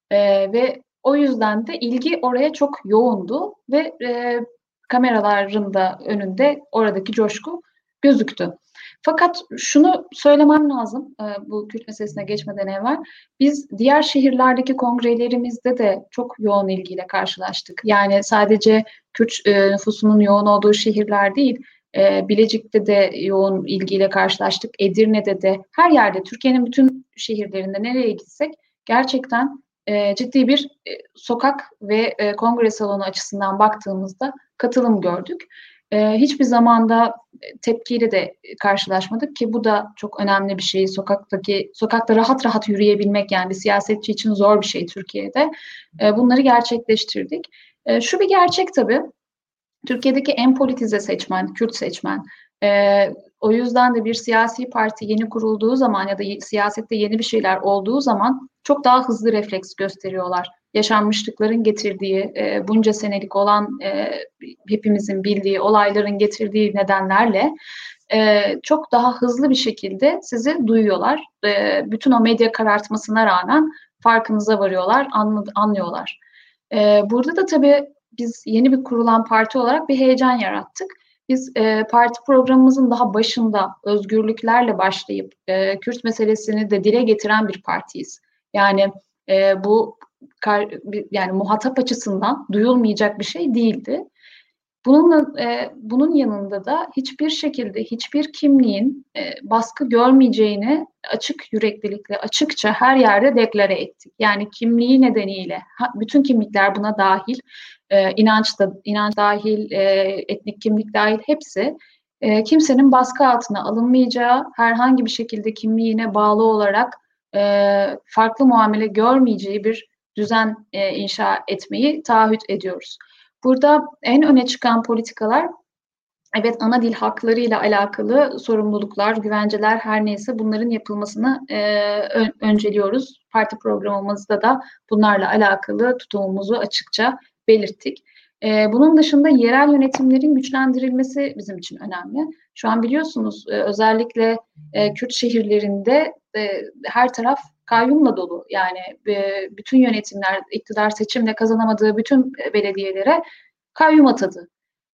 E, ve o yüzden de ilgi oraya çok yoğundu ve e, kameraların da önünde oradaki coşku gözüktü. Fakat şunu söylemem lazım bu Kürt meselesine geçmeden evvel. Biz diğer şehirlerdeki kongrelerimizde de çok yoğun ilgiyle karşılaştık. Yani sadece Kürt nüfusunun yoğun olduğu şehirler değil, Bilecik'te de yoğun ilgiyle karşılaştık. Edirne'de de, her yerde, Türkiye'nin bütün şehirlerinde nereye gitsek gerçekten ciddi bir sokak ve kongre salonu açısından baktığımızda katılım gördük. Ee, hiçbir zamanda tepkiyle de karşılaşmadık ki bu da çok önemli bir şey. Sokaktaki sokakta rahat rahat yürüyebilmek, yani bir siyasetçi için zor bir şey Türkiye'de. Ee, bunları gerçekleştirdik. Ee, şu bir gerçek tabii. Türkiye'deki en politize seçmen, Kürt seçmen. Ee, o yüzden de bir siyasi parti yeni kurulduğu zaman ya da siyasette yeni bir şeyler olduğu zaman çok daha hızlı refleks gösteriyorlar. Yaşanmışlıkların getirdiği, e, bunca senelik olan e, hepimizin bildiği olayların getirdiği nedenlerle e, çok daha hızlı bir şekilde sizi duyuyorlar. E, bütün o medya karartmasına rağmen farkınıza varıyorlar, anlı, anlıyorlar. E, burada da tabii biz yeni bir kurulan parti olarak bir heyecan yarattık. Biz e, parti programımızın daha başında özgürlüklerle başlayıp e, Kürt meselesini de dile getiren bir partiyiz. Yani e, bu kar, yani muhatap açısından duyulmayacak bir şey değildi. Bununla e, bunun yanında da hiçbir şekilde hiçbir kimliğin e, baskı görmeyeceğini açık yüreklilikle, açıkça her yerde deklare ettik. Yani kimliği nedeniyle, ha, bütün kimlikler buna dahil, e, inanç da inanç dahil, e, etnik kimlik dahil, hepsi e, kimsenin baskı altına alınmayacağı, herhangi bir şekilde kimliğine bağlı olarak e, farklı muamele görmeyeceği bir düzen e, inşa etmeyi taahhüt ediyoruz. Burada en öne çıkan politikalar, evet, ana dil haklarıyla alakalı sorumluluklar, güvenceler, her neyse bunların yapılmasını e, ön, önceliyoruz. Parti programımızda da bunlarla alakalı tutumumuzu açıkça belirttik. E, bunun dışında yerel yönetimlerin güçlendirilmesi bizim için önemli. Şu an biliyorsunuz e, özellikle e, Kürt şehirlerinde e, her taraf kayyumla dolu. Yani e, bütün yönetimler, iktidar seçimle kazanamadığı bütün belediyelere kayyum atadı.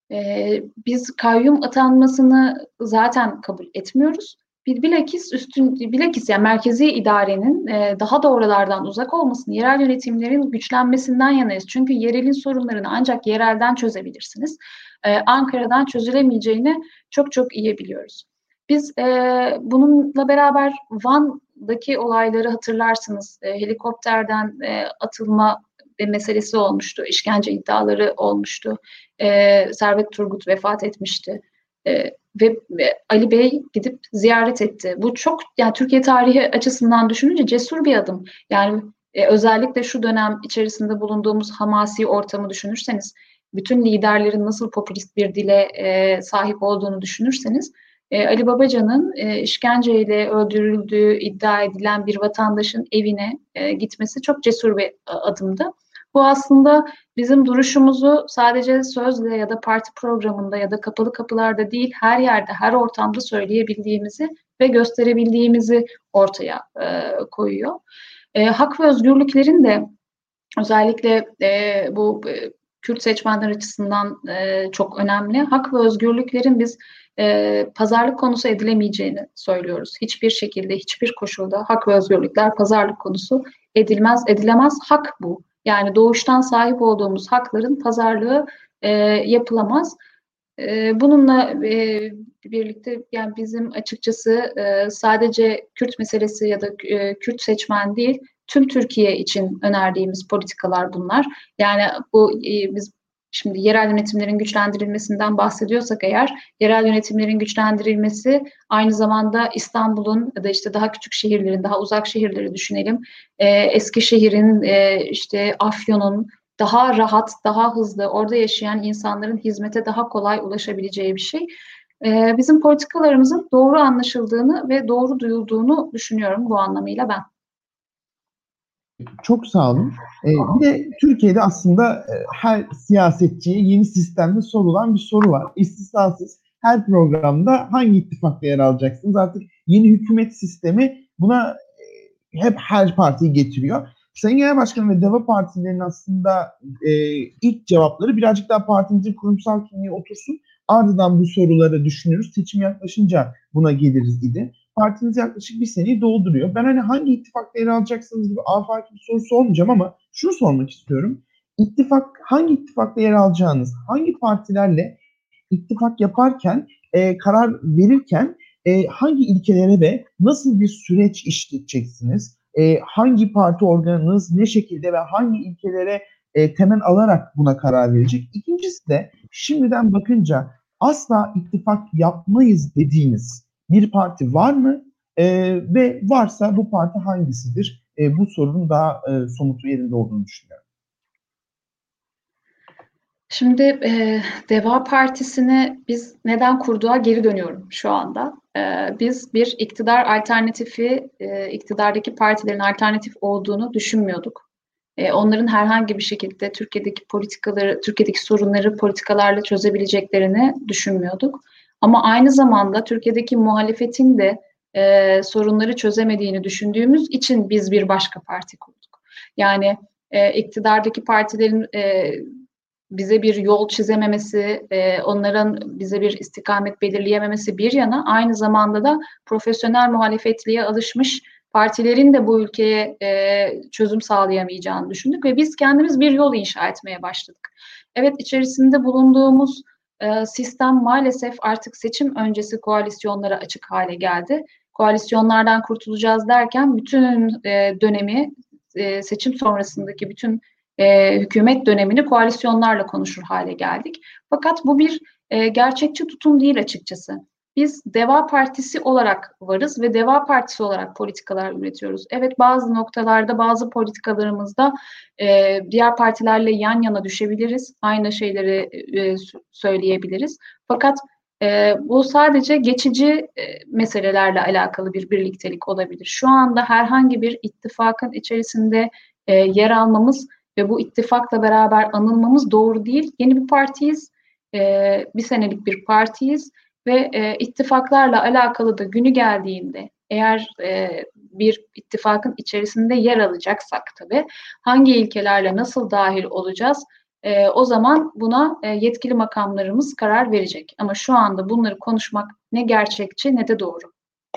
Ee, biz kayyum atanmasını zaten kabul etmiyoruz. Bir bilakis üstün, bilakis yani merkezi idarenin e, daha da oralardan uzak olmasını, yerel yönetimlerin güçlenmesinden yanayız. Çünkü yerelin sorunlarını ancak yerelden çözebilirsiniz. Ee, Ankara'dan çözülemeyeceğini çok çok iyi biliyoruz. Biz e, bununla beraber Van'daki olayları hatırlarsınız. E, helikopterden e, atılma meselesi olmuştu, işkence iddiaları olmuştu. Ee, Servet Turgut vefat etmişti ee, ve e, Ali Bey gidip ziyaret etti. Bu çok, yani Türkiye tarihi açısından düşününce cesur bir adım. Yani e, özellikle şu dönem içerisinde bulunduğumuz hamasi ortamı düşünürseniz, bütün liderlerin nasıl popülist bir dile e, sahip olduğunu düşünürseniz, e, Ali Babacan'ın e, işkenceyle öldürüldüğü iddia edilen bir vatandaşın evine e, gitmesi çok cesur bir adımdı. Bu aslında bizim duruşumuzu sadece sözle ya da parti programında ya da kapalı kapılarda değil, her yerde, her ortamda söyleyebildiğimizi ve gösterebildiğimizi ortaya e, koyuyor. E, hak ve özgürlüklerin de özellikle e, bu e, Kürt seçmenler açısından e, çok önemli. Hak ve özgürlüklerin biz e, pazarlık konusu edilemeyeceğini söylüyoruz. Hiçbir şekilde, hiçbir koşulda hak ve özgürlükler pazarlık konusu edilmez, edilemez. Hak bu. Yani doğuştan sahip olduğumuz hakların pazarlığı e, yapılamaz. E, bununla e, birlikte yani bizim açıkçası e, sadece Kürt meselesi ya da e, Kürt seçmen değil, tüm Türkiye için önerdiğimiz politikalar bunlar. Yani bu e, biz şimdi yerel yönetimlerin güçlendirilmesinden bahsediyorsak eğer, yerel yönetimlerin güçlendirilmesi aynı zamanda İstanbul'un ya da işte daha küçük şehirlerin, daha uzak şehirleri düşünelim. E, Eskişehir'in, e, işte Afyon'un daha rahat, daha hızlı, orada yaşayan insanların hizmete daha kolay ulaşabileceği bir şey. E, bizim politikalarımızın doğru anlaşıldığını ve doğru duyulduğunu düşünüyorum bu anlamıyla ben. Çok sağ olun. Ee, bir de Türkiye'de aslında e, her siyasetçiye yeni sistemde sorulan bir soru var. İstisnasız her programda hangi ittifakta yer alacaksınız? Artık yeni hükümet sistemi buna e, hep her partiyi getiriyor. Sayın Genel Başkanım ve Deva Partilerinin aslında e, ilk cevapları birazcık daha partimizin kurumsal kimliği otursun. Ardından bu soruları düşünürüz. Seçim yaklaşınca buna geliriz idi. Partiniz yaklaşık bir seneyi dolduruyor. Ben hani hangi ittifakta yer alacaksınız gibi afaki bir soru sormayacağım ama şunu sormak istiyorum. İttifak, hangi ittifakta yer alacağınız, hangi partilerle ittifak yaparken, e, karar verirken e, hangi ilkelere ve nasıl bir süreç işleteceksiniz? E, hangi parti organınız ne şekilde ve hangi ilkelere e, temel alarak buna karar verecek? İkincisi de şimdiden bakınca asla ittifak yapmayız dediğiniz bir parti var mı? Ee, ve varsa bu parti hangisidir? Ee, bu sorunun daha e, somut yerinde olduğunu düşünüyorum. Şimdi e, Deva Partisi'ni biz neden kurduğuna geri dönüyorum şu anda. E, biz bir iktidar alternatifi, e, iktidardaki partilerin alternatif olduğunu düşünmüyorduk. E, onların herhangi bir şekilde Türkiye'deki politikaları, Türkiye'deki sorunları politikalarla çözebileceklerini düşünmüyorduk. Ama aynı zamanda Türkiye'deki muhalefetin de e, sorunları çözemediğini düşündüğümüz için biz bir başka parti kurduk. Yani e, iktidardaki partilerin e, bize bir yol çizememesi, e, onların bize bir istikamet belirleyememesi bir yana, aynı zamanda da profesyonel muhalefetliğe alışmış partilerin de bu ülkeye e, çözüm sağlayamayacağını düşündük ve biz kendimiz bir yol inşa etmeye başladık. Evet, içerisinde bulunduğumuz e, sistem maalesef artık seçim öncesi koalisyonlara açık hale geldi. Koalisyonlardan kurtulacağız derken bütün e, dönemi, e, seçim sonrasındaki bütün e, hükümet dönemini koalisyonlarla konuşur hale geldik. Fakat bu bir e, gerçekçi tutum değil açıkçası. Biz Deva Partisi olarak varız ve Deva Partisi olarak politikalar üretiyoruz. Evet, bazı noktalarda, bazı politikalarımızda e, diğer partilerle yan yana düşebiliriz. Aynı şeyleri e, söyleyebiliriz. Fakat e, bu sadece geçici e, meselelerle alakalı bir birliktelik olabilir. Şu anda herhangi bir ittifakın içerisinde e, yer almamız ve bu ittifakla beraber anılmamız doğru değil. Yeni bir partiyiz, e, bir senelik bir partiyiz. Ve e, ittifaklarla alakalı da günü geldiğinde eğer e, bir ittifakın içerisinde yer alacaksak tabii hangi ilkelerle nasıl dahil olacağız, e, o zaman buna e, yetkili makamlarımız karar verecek. Ama şu anda bunları konuşmak ne gerçekçi ne de doğru.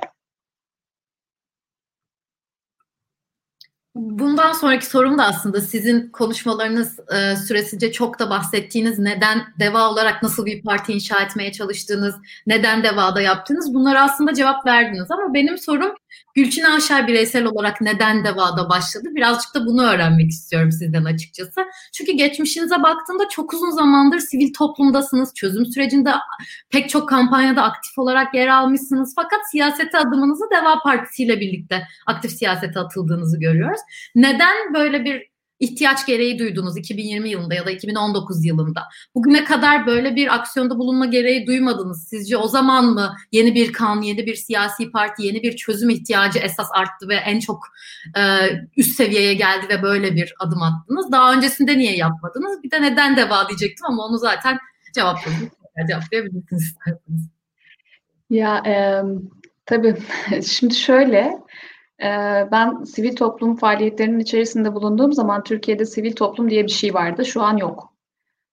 Bundan sonraki sorum da aslında sizin konuşmalarınız e, süresince çok da bahsettiğiniz neden Deva olarak nasıl bir parti inşa etmeye çalıştığınız, neden Deva'da yaptığınız, bunlara aslında cevap verdiniz. Ama benim sorum Gülçin Avşar bireysel olarak neden Deva'da başladı? Birazcık da bunu öğrenmek istiyorum sizden açıkçası. Çünkü geçmişinize baktığımda çok uzun zamandır sivil toplumdasınız, çözüm sürecinde pek çok kampanyada aktif olarak yer almışsınız. Fakat siyasete adımınızı Deva Partisi ile birlikte aktif siyasete atıldığınızı görüyoruz. Neden böyle bir ihtiyaç gereği duydunuz iki bin yirmi yılında ya da iki bin on dokuz yılında? Bugüne kadar böyle bir aksiyonda bulunma gereği duymadınız. Sizce o zaman mı yeni bir kan, yeni bir siyasi parti, yeni bir çözüm ihtiyacı esas arttı ve en çok e, üst seviyeye geldi ve böyle bir adım attınız? Daha öncesinde niye yapmadınız? Bir de neden Deva diyecektim ama onu zaten cevapladınız. Cevaplayabilirsiniz isterseniz. Ya e, tabii şimdi şöyle... Ben sivil toplum faaliyetlerinin içerisinde bulunduğum zaman Türkiye'de sivil toplum diye bir şey vardı. Şu an yok.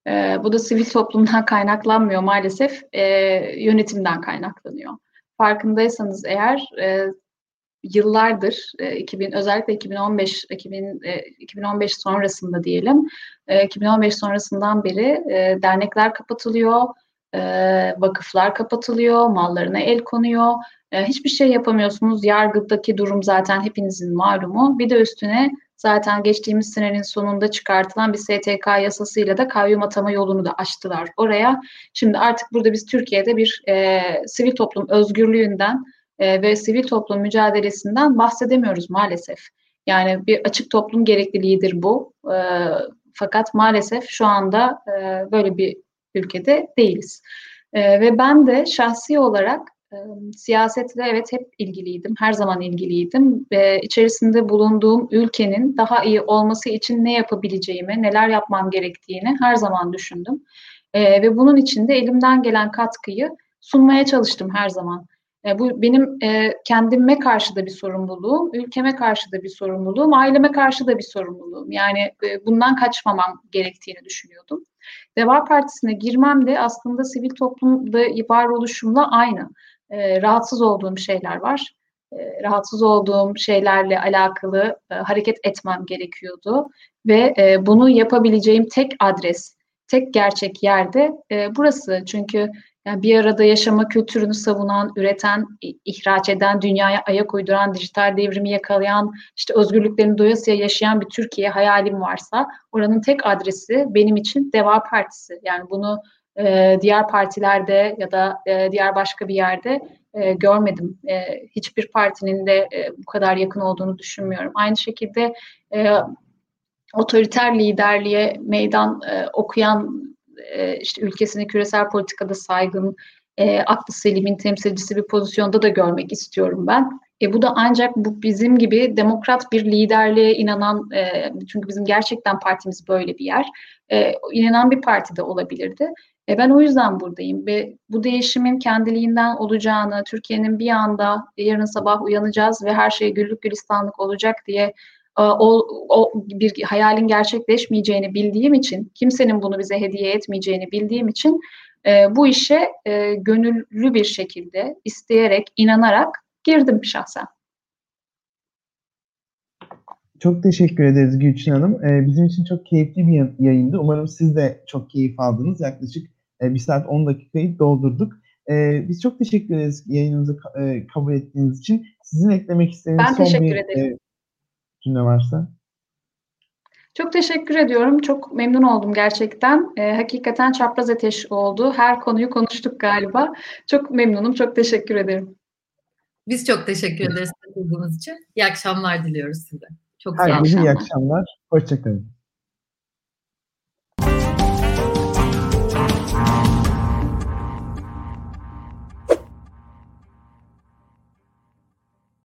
E, bu da sivil toplumdan kaynaklanmıyor maalesef, e, yönetimden kaynaklanıyor. Farkındaysanız eğer e, yıllardır e, iki bin özellikle iki bin on beş iki bin, e, iki bin on beş sonrasında diyelim, e, iki bin on beş sonrasından beri e, dernekler kapatılıyor, e, vakıflar kapatılıyor, mallarına el konuyor. E, hiçbir şey yapamıyorsunuz. Yargıdaki durum zaten hepinizin malumu. Bir de üstüne zaten geçtiğimiz senenin sonunda çıkartılan bir S T K yasasıyla da kayyum atama yolunu da açtılar oraya. Şimdi artık burada biz Türkiye'de bir e, sivil toplum özgürlüğünden e, ve sivil toplum mücadelesinden bahsedemiyoruz maalesef. Yani bir açık toplum gerekliliğidir bu. E, fakat maalesef şu anda e, böyle bir ülkede değiliz. E, ve ben de şahsi olarak e, siyasetle evet hep ilgiliydim, her zaman ilgiliydim. Ve içerisinde bulunduğum ülkenin daha iyi olması için ne yapabileceğimi, neler yapmam gerektiğini her zaman düşündüm. E, ve bunun için de elimden gelen katkıyı sunmaya çalıştım her zaman. E, bu benim e, kendime karşı da bir sorumluluğum, ülkeme karşı da bir sorumluluğum, aileme karşı da bir sorumluluğum. Yani e, bundan kaçmamam gerektiğini düşünüyordum. Deva Partisi'ne girmem de aslında sivil toplumda varoluşumla aynı. E, rahatsız olduğum şeyler var. E, rahatsız olduğum şeylerle alakalı e, hareket etmem gerekiyordu. Ve e, bunu yapabileceğim tek adres, tek gerçek yerde e, burası. Çünkü yani bir arada yaşama kültürünü savunan, üreten, ihraç eden, dünyaya ayak uyduran, dijital devrimi yakalayan, işte özgürlüklerini doyasıya yaşayan bir Türkiye hayalim varsa oranın tek adresi benim için Deva Partisi. Yani bunu e, diğer partilerde ya da e, diğer başka bir yerde e, görmedim. E, hiçbir partinin de e, bu kadar yakın olduğunu düşünmüyorum. Aynı şekilde e, otoriter liderliğe meydan e, okuyan, e, işte ülkesini küresel politikada saygın, e, aklı selimin temsilcisi bir pozisyonda da görmek istiyorum ben. E, bu da ancak bu bizim gibi demokrat bir liderliğe inanan, e, çünkü bizim gerçekten partimiz böyle bir yer, e, inanan bir partide olabilirdi. E, ben o yüzden buradayım ve bu değişimin kendiliğinden olacağını, Türkiye'nin bir anda yarın sabah uyanacağız ve her şey güllük gülistanlık olacak diye O, o bir hayalin gerçekleşmeyeceğini bildiğim için, kimsenin bunu bize hediye etmeyeceğini bildiğim için e, bu işe e, gönüllü bir şekilde, isteyerek, inanarak girdim şahsen. Çok teşekkür ederiz Gülçin Hanım. Ee, bizim için çok keyifli bir yayındı. Umarım siz de çok keyif aldınız. Yaklaşık e, bir saat on dakikayı doldurduk. Ee, biz çok teşekkür ederiz yayınımızı e, kabul ettiğiniz için. Sizin eklemek istediğiniz Ben son teşekkür bir ederim. e, cümle varsa. Çok teşekkür ediyorum. Çok memnun oldum gerçekten. E, hakikaten çapraz ateş oldu. Her konuyu konuştuk galiba. Çok memnunum. Çok teşekkür ederim. Biz çok teşekkür ederiz katıldığınız için. İyi akşamlar diliyoruz size. Çok Herkese iyi akşamlar. akşamlar. Hoşça kalın.